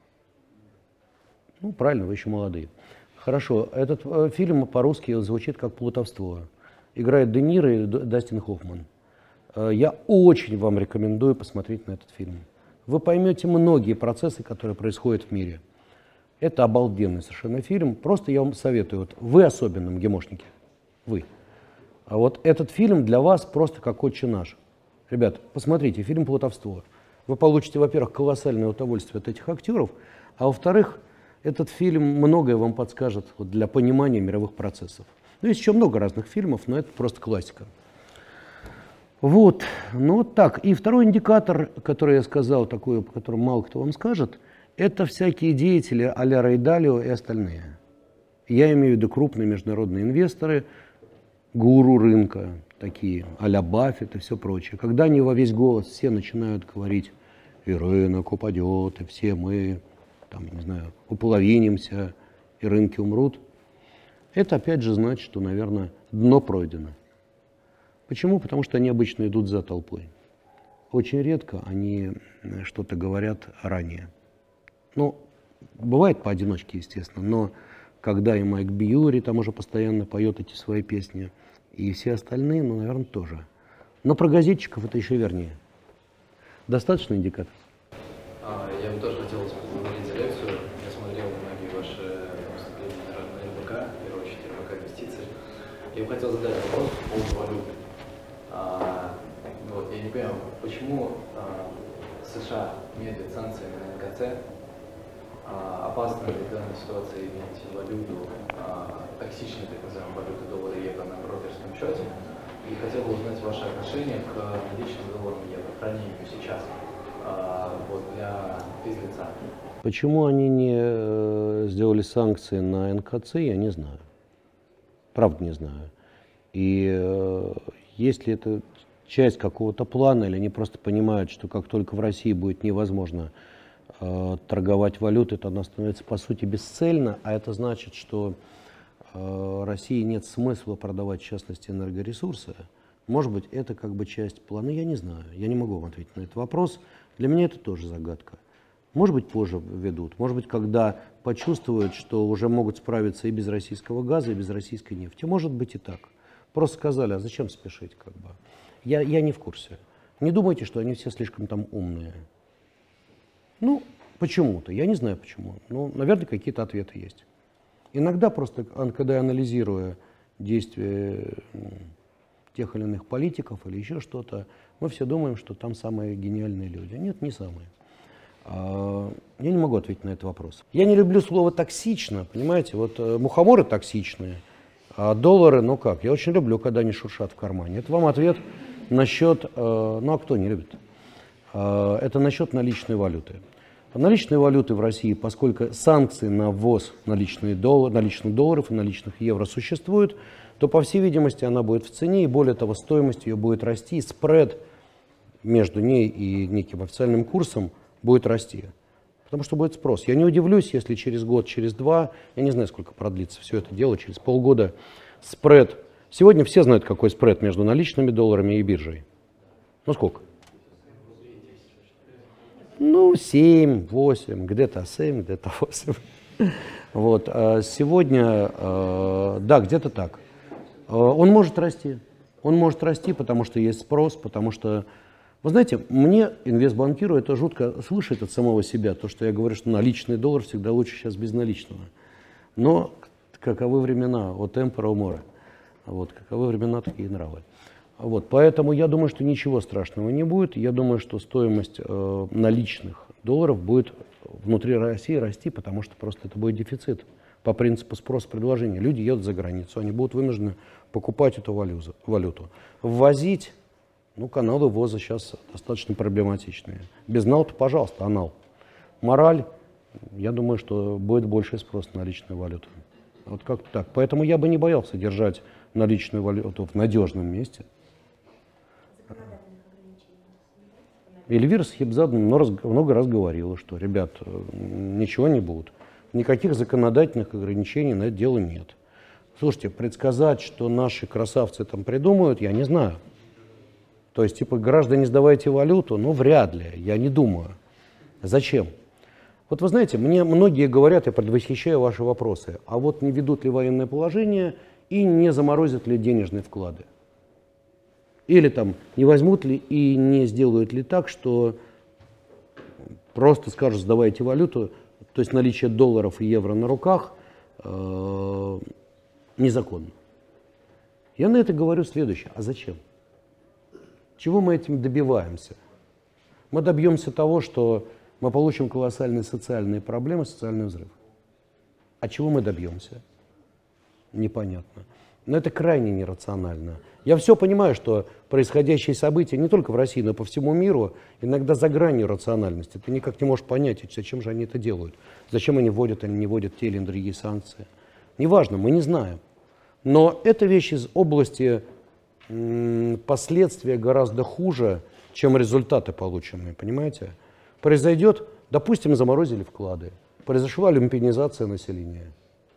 Ну, правильно, вы еще молодые. Хорошо, этот э, фильм по-русски звучит как «Плутовство». Играет Де Ниро и Дастин Хоффман. Э, я очень вам рекомендую посмотреть на этот фильм. Вы поймете многие процессы, которые происходят в мире. Это обалденный совершенно фильм. Просто я вам советую, вот вы особенно, МГИМОшники, вы. А вот этот фильм для вас просто как «Отче наш». Ребят, посмотрите, фильм «Плутовство». Вы получите, во-первых, колоссальное удовольствие от этих актеров, а во-вторых, этот фильм многое вам подскажет вот, для понимания мировых процессов. Ну, есть еще много разных фильмов, но это просто классика. Вот, ну вот так. И второй индикатор, который я сказал, такой, по которому мало кто вам скажет, это всякие деятели а-ля Рэй Далио и остальные. Я имею в виду крупные международные инвесторы, гуру рынка, такие а-ля Баффет и все прочее. Когда они во весь голос все начинают говорить, и рынок упадет, и все мы, там, не знаю, уполовинимся, и рынки умрут, это опять же значит, что, наверное, дно пройдено. Почему? Потому что они обычно идут за толпой. Очень редко они что-то говорят ранее. Ну, бывает поодиночке, естественно, но когда и Майк Бьюри там уже постоянно поет эти свои песни, и все остальные, ну, наверное, тоже. Но про газетчиков это еще вернее. Достаточно индикатор? А, я бы тоже хотел поблагодарить за лекцию. Я смотрел многие ваши выступления на эр бэ ка, в первую очередь эр бэ ка инвестиции. Я бы хотел задать вопрос по поводу валюты. А, вот, я не понимаю, почему а, США вводят санкции на эн ка цэ? А, опасно ли в данной ситуации иметь валюту, а, токсичную, так называемую валюту доллара и евро на брокерском счете? И хотел бы узнать ваше отношение к наличным долларам и евро, хранению сейчас, а, вот, для физлица. Почему они не сделали санкции на эн ка цэ, я не знаю. Правда не знаю. И э, если это часть какого-то плана, или они просто понимают, что как только в России будет невозможно э, торговать валютой, то она становится по сути бесцельна, а это значит, что э, России нет смысла продавать, в частности, энергоресурсы. Может быть, это как бы часть плана, я не знаю. Я не могу вам ответить на этот вопрос. Для меня это тоже загадка. Может быть, позже ведут. Может быть, когда почувствуют, что уже могут справиться и без российского газа, и без российской нефти. Может быть и так. Просто сказали, а зачем спешить, как бы. Я, я не в курсе. Не думайте, что они все слишком там умные. Ну, почему-то. Я не знаю почему. Ну, наверное, какие-то ответы есть. Иногда просто, когда я анализирую действия тех или иных политиков или еще что-то, мы все думаем, что там самые гениальные люди. Нет, не самые. Я не могу ответить на этот вопрос. Я не люблю слово «токсично», понимаете? Вот мухоморы токсичные, а доллары, ну как? Я очень люблю, когда они шуршат в кармане. Это вам ответ насчет, ну а кто не любит? Это насчет наличной валюты. Наличные валюты в России, поскольку санкции на ввоз наличных долларов, наличных долларов и наличных евро существуют, то, по всей видимости, она будет в цене, и более того, стоимость ее будет расти, и спред между ней и неким официальным курсом будет расти. Потому что будет спрос. Я не удивлюсь, если через год, через два, я не знаю, сколько продлится все это дело, через полгода спред. Сегодня все знают, какой спред между наличными долларами и биржей. Ну сколько? Ну, семь, восемь, где-то семь, где-то восемь. Вот. А сегодня, да, где-то так. Он может расти. Он может расти, потому что есть спрос, потому что... Вы знаете, мне, инвестбанкиру, это жутко слышать от самого себя, то, что я говорю, что наличный доллар всегда лучше сейчас безналичного. Но каковы времена, вот темпора мора, вот, каковы времена, такие нравы. Вот, поэтому я думаю, что ничего страшного не будет. Я думаю, что стоимость э, наличных долларов будет внутри России расти, потому что просто это будет дефицит по принципу спрос-предложения. Люди едут за границу, они будут вынуждены покупать эту валюту. валюту. Ввозить... Ну, каналы ввоза сейчас достаточно проблематичные. Без нал, то, пожалуйста, анал. Мораль, я думаю, что будет больший спрос на наличную валюту. Вот как-то так. Поэтому я бы не боялся держать наличную валюту в надежном месте. Эльвира Схибзадзе много раз говорила, что, ребят, ничего не будет. Никаких законодательных ограничений на это дело нет. Слушайте, предсказать, что наши красавцы там придумают, я не знаю. То есть, типа, граждане, сдавайте валюту, ну, вряд ли, я не думаю. Зачем? Вот вы знаете, мне многие говорят, я предвосхищаю ваши вопросы, а вот не ведут ли военное положение и не заморозят ли денежные вклады? Или там не возьмут ли и не сделают ли так, что просто скажут, сдавайте валюту, то есть наличие долларов и евро на руках э, незаконно. Я на это говорю следующее. А зачем? Чего мы этим добиваемся? Мы добьемся того, что мы получим колоссальные социальные проблемы, социальный взрыв. А чего мы добьемся? Непонятно. Но это крайне нерационально. Я все понимаю, что происходящие события не только в России, но и по всему миру иногда за гранью рациональности. Ты никак не можешь понять, зачем же они это делают. Зачем они вводят или не вводят те или другие санкции. Неважно, мы не знаем. Но это вещь из области м, последствия гораздо хуже, чем результаты полученные, понимаете? Произойдет, допустим, заморозили вклады, произошла люмпинизация населения.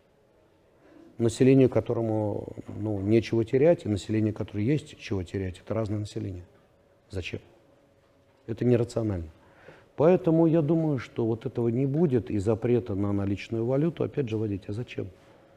Население, которому ну, нечего терять, и население, которое есть чего терять, это разное население. Зачем? Это нерационально. Поэтому я думаю, что вот этого не будет, и запрета на наличную валюту опять же вводить. А зачем?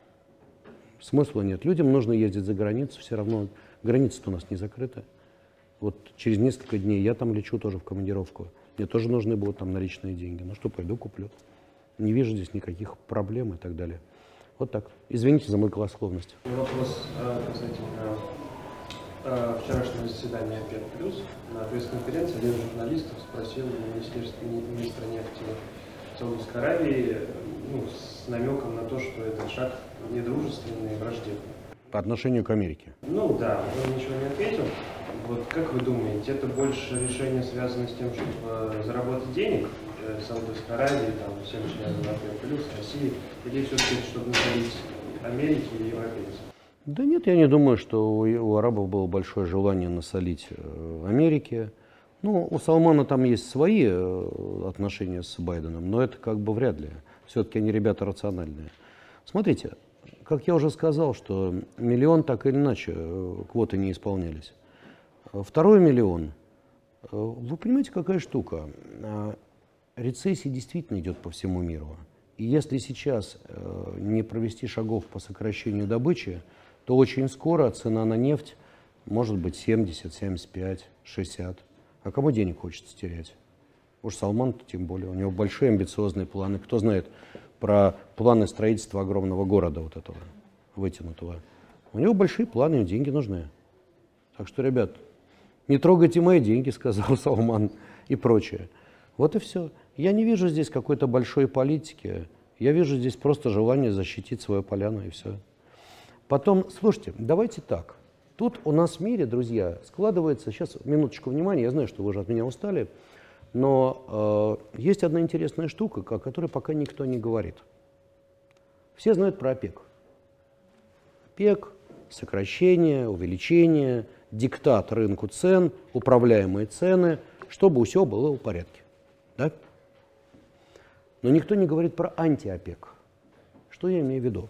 Смысла нет. Людям нужно ездить за границу, все равно границы-то у нас не закрыты. Вот через несколько дней я там лечу тоже в командировку. Мне тоже нужны будут там наличные деньги. Ну что, пойду куплю. Не вижу здесь никаких проблем и так далее. Вот так. Извините за мою голословность. Вопрос касательно вчерашнего заседания ОПЕК+. На пресс-конференции один из журналистов спросил министра нефти Саудовской Аравии ну, с намеком на то, что этот шаг недружественный и враждебный. По отношению к Америке? Ну да, он ничего не ответил. Вот как вы думаете, это больше решение связано с тем, чтобы заработать денег Саудовской Аравии, там, всем членам ОПЕК+, России, или все-таки, чтобы насолить Америке и европейцам? Да нет, я не думаю, что у, у арабов было большое желание насолить э, Америке. Ну, у Салмана там есть свои э, отношения с Байденом, но это как бы вряд ли. Все-таки они ребята рациональные. Смотрите, как я уже сказал, что миллион так или иначе э, квоты не исполнялись. Второй миллион. Э, вы понимаете, какая штука? Рецессия действительно идет по всему миру. И если сейчас э, не провести шагов по сокращению добычи, то очень скоро цена на нефть может быть семьдесят, семьдесят пять, шестьдесят. А кому денег хочется терять? Уж Салман тем более. У него большие амбициозные планы. Кто знает про планы строительства огромного города вот этого, вытянутого. У него большие планы, деньги нужны. Так что, ребят, не трогайте мои деньги, сказал Салман и прочее. Вот и все. Я не вижу здесь какой-то большой политики. Я вижу здесь просто желание защитить свою поляну и все. Потом, слушайте, давайте так. Тут у нас в мире, друзья, складывается, сейчас минуточку внимания, я знаю, что вы уже от меня устали, но э, есть одна интересная штука, о которой пока никто не говорит. Все знают про ОПЕК. ОПЕК, сокращение, увеличение, диктат рынку цен, управляемые цены, чтобы все было в порядке. Да? Но никто не говорит про анти-ОПЕК. Что я имею в виду?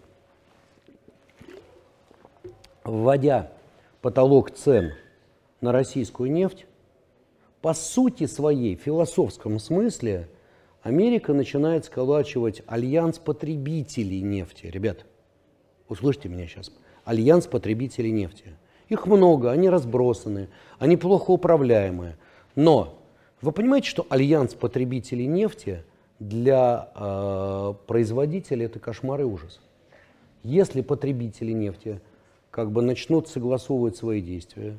Вводя потолок цен на российскую нефть, по сути своей, в философском смысле, Америка начинает сколачивать альянс потребителей нефти. Ребят, услышьте меня сейчас. Альянс потребителей нефти. Их много, они разбросаны, они плохо управляемые. Но вы понимаете, что альянс потребителей нефти для э, производителей это кошмар и ужас. Если потребители нефти как бы начнут согласовывать свои действия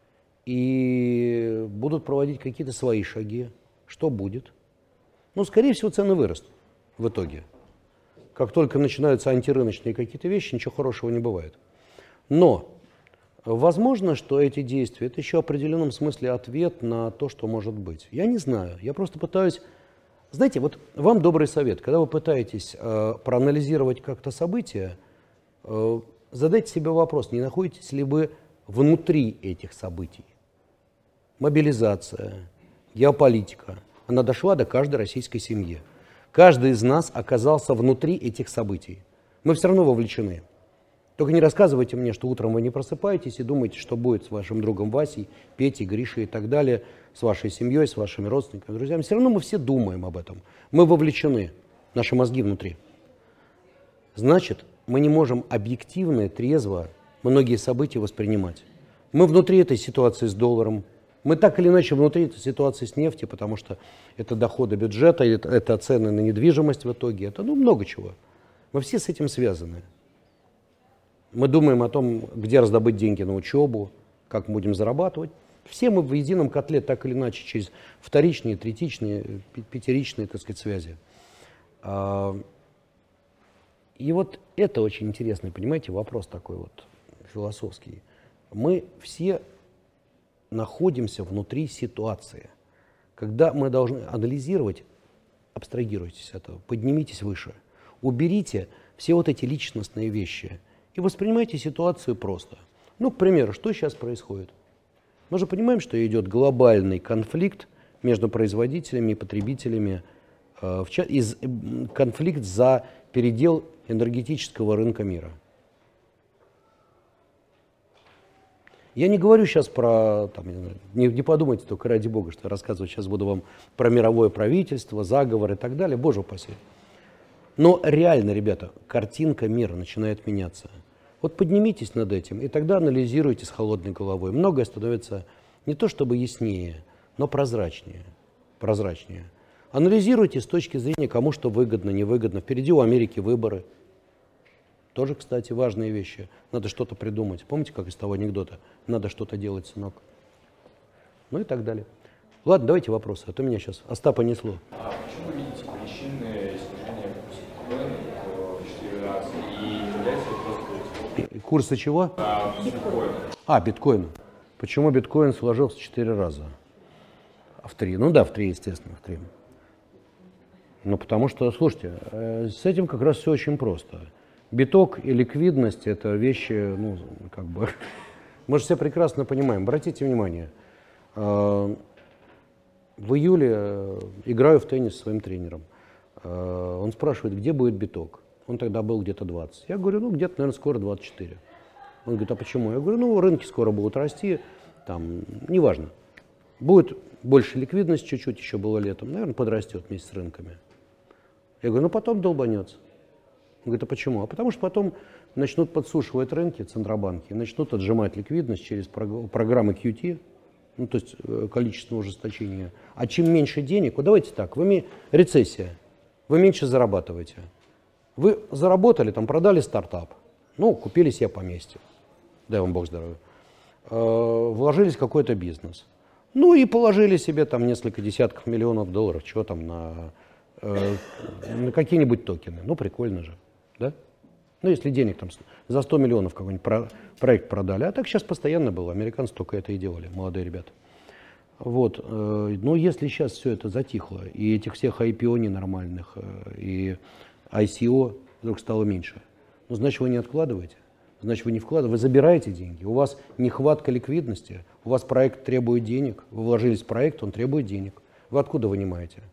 и будут проводить какие-то свои шаги, что будет? Ну, скорее всего, цены вырастут в итоге. Как только начинаются антирыночные какие-то вещи, ничего хорошего не бывает. Но возможно, что эти действия – это еще в определенном смысле ответ на то, что может быть. Я не знаю, я просто пытаюсь… Знаете, вот вам добрый совет. Когда вы пытаетесь э, проанализировать как-то события, э, задайте себе вопрос, не находитесь ли вы внутри этих событий. Мобилизация, геополитика, она дошла до каждой российской семьи. Каждый из нас оказался внутри этих событий. Мы все равно вовлечены. Только не рассказывайте мне, что утром вы не просыпаетесь и думаете, что будет с вашим другом Васей, Петей, Гришей и так далее, с вашей семьей, с вашими родственниками, друзьями. Все равно мы все думаем об этом. Мы вовлечены, наши мозги внутри. Значит, мы не можем объективно и трезво многие события воспринимать. Мы внутри этой ситуации с долларом, мы так или иначе внутри этой ситуации с нефтью, потому что это доходы бюджета, это, это цены на недвижимость в итоге, это ну, много чего. Мы все с этим связаны. Мы думаем о том, где раздобыть деньги на учебу, как мы будем зарабатывать. Все мы в едином котле, так или иначе, через вторичные, третичные, пятеричные, так сказать, связи. И вот это очень интересный, понимаете, вопрос такой вот философский. Мы все находимся внутри ситуации. Когда мы должны анализировать, абстрагируйтесь от этого, поднимитесь выше, уберите все вот эти личностные вещи и воспринимайте ситуацию просто. Ну, к примеру, что сейчас происходит? Мы же понимаем, что идет глобальный конфликт между производителями и потребителями, э, в ча- из, э, конфликт за передел энергетического рынка мира. Я не говорю сейчас про, там, не, знаю, не, не подумайте только ради бога, что я рассказываю сейчас буду вам про мировое правительство, заговор и так далее, боже упаси. Но реально, ребята, картинка мира начинает меняться. Вот поднимитесь над этим и тогда анализируйте с холодной головой. Многое становится не то чтобы яснее, но прозрачнее. прозрачнее. Анализируйте с точки зрения, кому что выгодно, невыгодно. Впереди у Америки выборы. Тоже, кстати, важные вещи. Надо что-то придумать. Помните, как из того анекдота? Надо что-то делать, сынок. Ну и так далее. Ладно, давайте вопросы, а то меня сейчас Остапа несло. А почему вы видите причины снижения курса в четыре раза? И является ли просто... Курсы чего? А, биткоина. А, биткоин. Почему биткоин сложился в четыре раза? А в три? Ну да, в три, естественно, в три. Ну потому что, слушайте, с этим как раз все очень просто. Биток и ликвидность – это вещи, ну, как бы, мы же все прекрасно понимаем. Обратите внимание, в июле играю в теннис со своим тренером. Он спрашивает, где будет биток. Он тогда был где-то двадцать. Я говорю, ну, где-то, наверное, скоро двадцать четыре. Он говорит, а почему? Я говорю, ну, рынки скоро будут расти, там, неважно. Будет больше ликвидности чуть-чуть, еще было летом, наверное, подрастет вместе с рынками. Я говорю, ну, потом долбанется. Он говорит, а почему? А потому что потом начнут подсушивать рынки, центробанки, начнут отжимать ликвидность через программы кью ти, ну, то есть количественное ужесточение. А чем меньше денег, вот давайте так, вы, рецессия, вы меньше зарабатываете. Вы заработали, там, продали стартап, ну, купили себе поместье, дай вам Бог здоровья, вложились в какой-то бизнес, ну и положили себе там несколько десятков миллионов долларов, чего там, на, на какие-нибудь токены, ну, прикольно же. Да? Ну, если денег там за сто миллионов какой-нибудь про, проект продали. А так сейчас постоянно было. Американцы только это и делали, молодые ребята. Вот. Э, но если сейчас все это затихло, и этих всех ай пи о ненормальных, э, и ай си о вдруг стало меньше, ну, значит, вы не откладываете. Значит, вы не вкладываете, вы забираете деньги. У вас нехватка ликвидности, у вас проект требует денег, вы вложились в проект, он требует денег. Вы откуда вынимаете?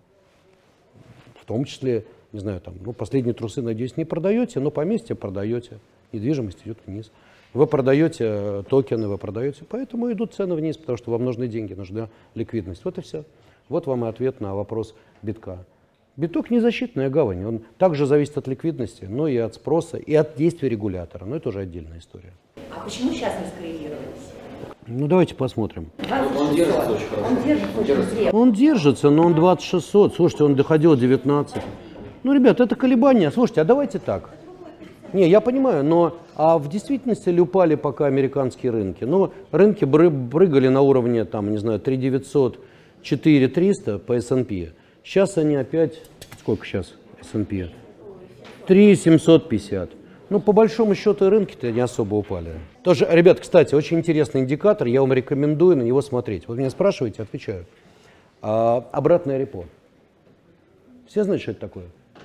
В том числе... Не знаю, там, ну, последние трусы, надеюсь, не продаете, но поместье продаете, недвижимость идет вниз. Вы продаете токены, вы продаете, поэтому идут цены вниз, потому что вам нужны деньги, нужна ликвидность. Вот и все. Вот вам и ответ на вопрос битка. Биток не защитная гавань, он также зависит от ликвидности, но и от спроса, и от действия регулятора, но это уже отдельная история. А почему сейчас не скоррелировались? Ну, давайте посмотрим. Он держится очень хорошо. Он держится очень крепко. Он держится, но он двадцать шестьсот, слушайте, он доходил девятнадцать. Ну, ребят, это колебания. Слушайте, а давайте так. Не, я понимаю, но а в действительности ли упали пока американские рынки? Ну, рынки прыгали на уровне, там, не знаю, три девятьсот, четыре триста по эс энд пи. Сейчас они опять, сколько сейчас эс энд пи? три семьсот пятьдесят. Ну, по большому счету, рынки-то не особо упали. Тоже, ребят, кстати, очень интересный индикатор, я вам рекомендую на него смотреть. Вот меня спрашиваете, отвечаю. А, обратное репо. Все знают, что это такое?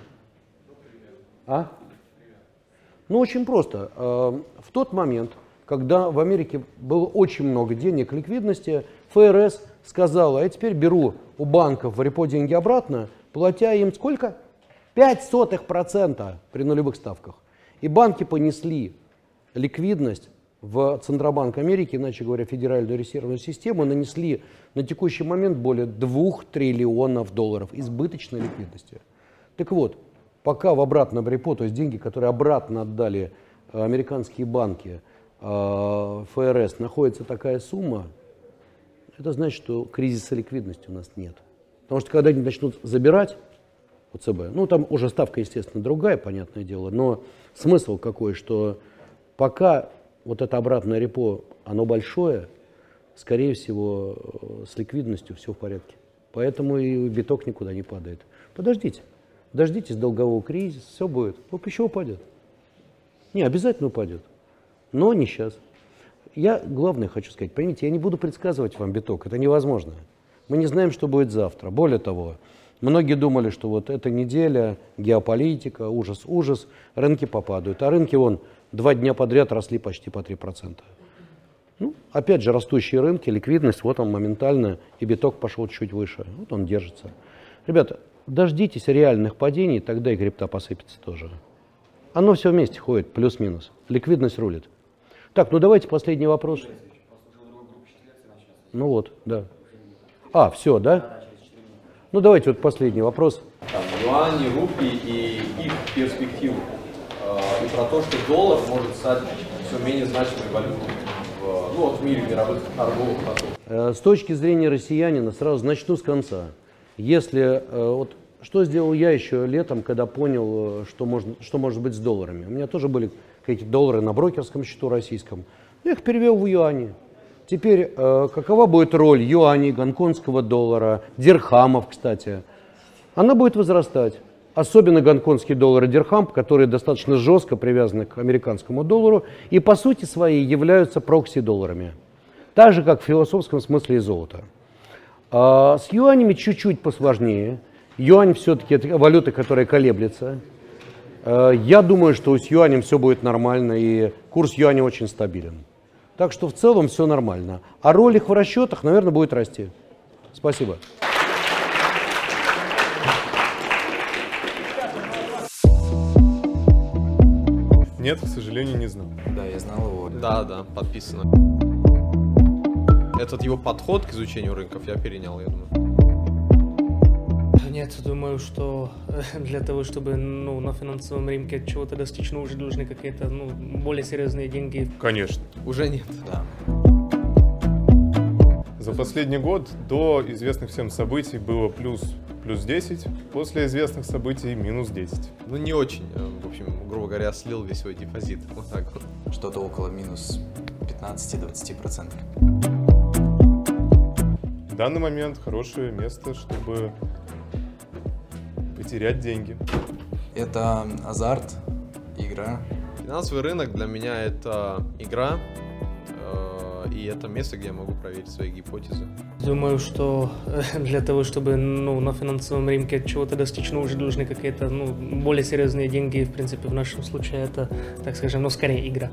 А? Ну, очень просто. В тот момент, когда в Америке было очень много денег, ликвидности, эф эр эс сказала, а я теперь беру у банков в репо деньги обратно, платя им сколько? пять сотых процента при нулевых ставках. И банки понесли ликвидность в Центробанк Америки, иначе говоря, Федеральную резервную систему, нанесли на текущий момент более двух триллионов долларов избыточной ликвидности. Так вот, пока в обратном репо, то есть деньги, которые обратно отдали американские банки, эф эр эс, находится такая сумма, это значит, что кризиса ликвидности у нас нет. Потому что когда они начнут забирать у цэ бэ, ну там уже ставка, естественно, другая, понятное дело, но смысл какой, что пока вот это обратное репо, оно большое, скорее всего, с ликвидностью все в порядке. Поэтому и биток никуда не падает. Подождите, дождитесь долгового кризиса, все будет. Вот еще упадет. Не, обязательно упадет, но не сейчас. Я главное хочу сказать, поймите, я не буду предсказывать вам биток, это невозможно. Мы не знаем, что будет завтра. Более того, многие думали, что вот эта неделя, геополитика, ужас, ужас, рынки попадают. А рынки, вон, два дня подряд росли почти по три процента. Ну, опять же, растущие рынки, ликвидность, вот он моментально, и биток пошел чуть выше. Вот он держится. Ребята, дождитесь реальных падений, тогда и крипта посыпется тоже. Оно все вместе ходит, плюс-минус. Ликвидность рулит. Так, ну давайте последний вопрос. Ну вот, да. А, все, да? Ну давайте вот последний вопрос. Там, юани, рупии и их перспективу. Э, и про то, что доллар может стать все менее значимой валютой в, ну, вот в мире мировых торговых потоков. С точки зрения россиянина, сразу начну с конца. Если, вот, что сделал я еще летом, когда понял, что, можно, что может быть с долларами. У меня тоже были какие-то доллары на брокерском счету российском. Я их перевел в юани. Теперь, э, какова будет роль юаней, гонконгского доллара, дирхамов, кстати? Она будет возрастать. Особенно гонконгский доллар и дирхам, которые достаточно жестко привязаны к американскому доллару и по сути своей являются прокси-долларами. Так же, как в философском смысле и золото. А с юанями чуть-чуть посложнее. Юань все-таки это валюта, которая колеблется. Я думаю, что с юанем все будет нормально, и курс юаня очень стабилен. Так что в целом все нормально. А роль их в расчетах, наверное, будет расти. Спасибо. Нет, к сожалению, не знал. Да, я знал его. Да, да, подписано. Этот его подход к изучению рынков я перенял, я думаю. Нет, думаю, что для того, чтобы ну, на финансовом рынке чего-то достичь, ну, уже должны какие-то ну, более серьезные деньги. Конечно. Уже нет. Да. За последний год до известных всем событий было плюс, плюс десять, после известных событий минус десять. Ну, не очень. В общем, грубо говоря, слил весь свой депозит. Вот так вот. Что-то около минус пятнадцать-двадцать процентов. В данный момент хорошее место, чтобы потерять деньги. Это азарт, игра. Финансовый рынок для меня это игра, э, и это место, где я могу проверить свои гипотезы. Думаю, что для того, чтобы ну, на финансовом рынке чего-то достичь, ну, уже должны какие-то ну, более серьезные деньги. В принципе, в нашем случае это, так скажем, ну, скорее игра.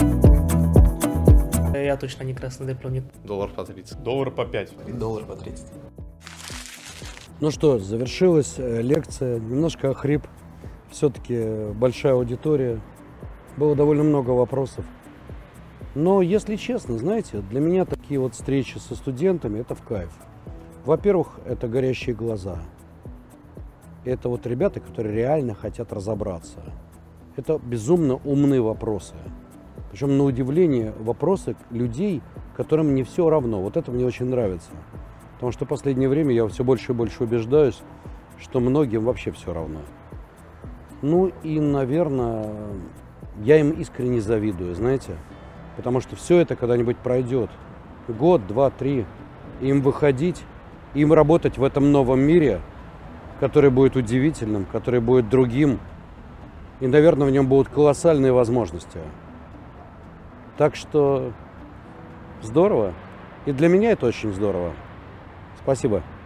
Я точно не красный диплом. Доллар по тридцать. Доллар по пять. Доллар по тридцать. Ну что, завершилась лекция, немножко охрип, все-таки большая аудитория, было довольно много вопросов. Но, если честно, знаете, для меня такие вот встречи со студентами – это в кайф. Во-первых, это горящие глаза. Это вот ребята, которые реально хотят разобраться. Это безумно умные вопросы. Причем, на удивление, вопросы людей, которым не все равно. Вот это мне очень нравится. Потому что в последнее время я все больше и больше убеждаюсь, что многим вообще все равно. Ну и, наверное, я им искренне завидую, знаете. Потому что все это когда-нибудь пройдет. Год, два, три. Им выходить, им работать в этом новом мире, который будет удивительным, который будет другим. И, наверное, в нем будут колоссальные возможности. Так что здорово. И для меня это очень здорово. Спасибо.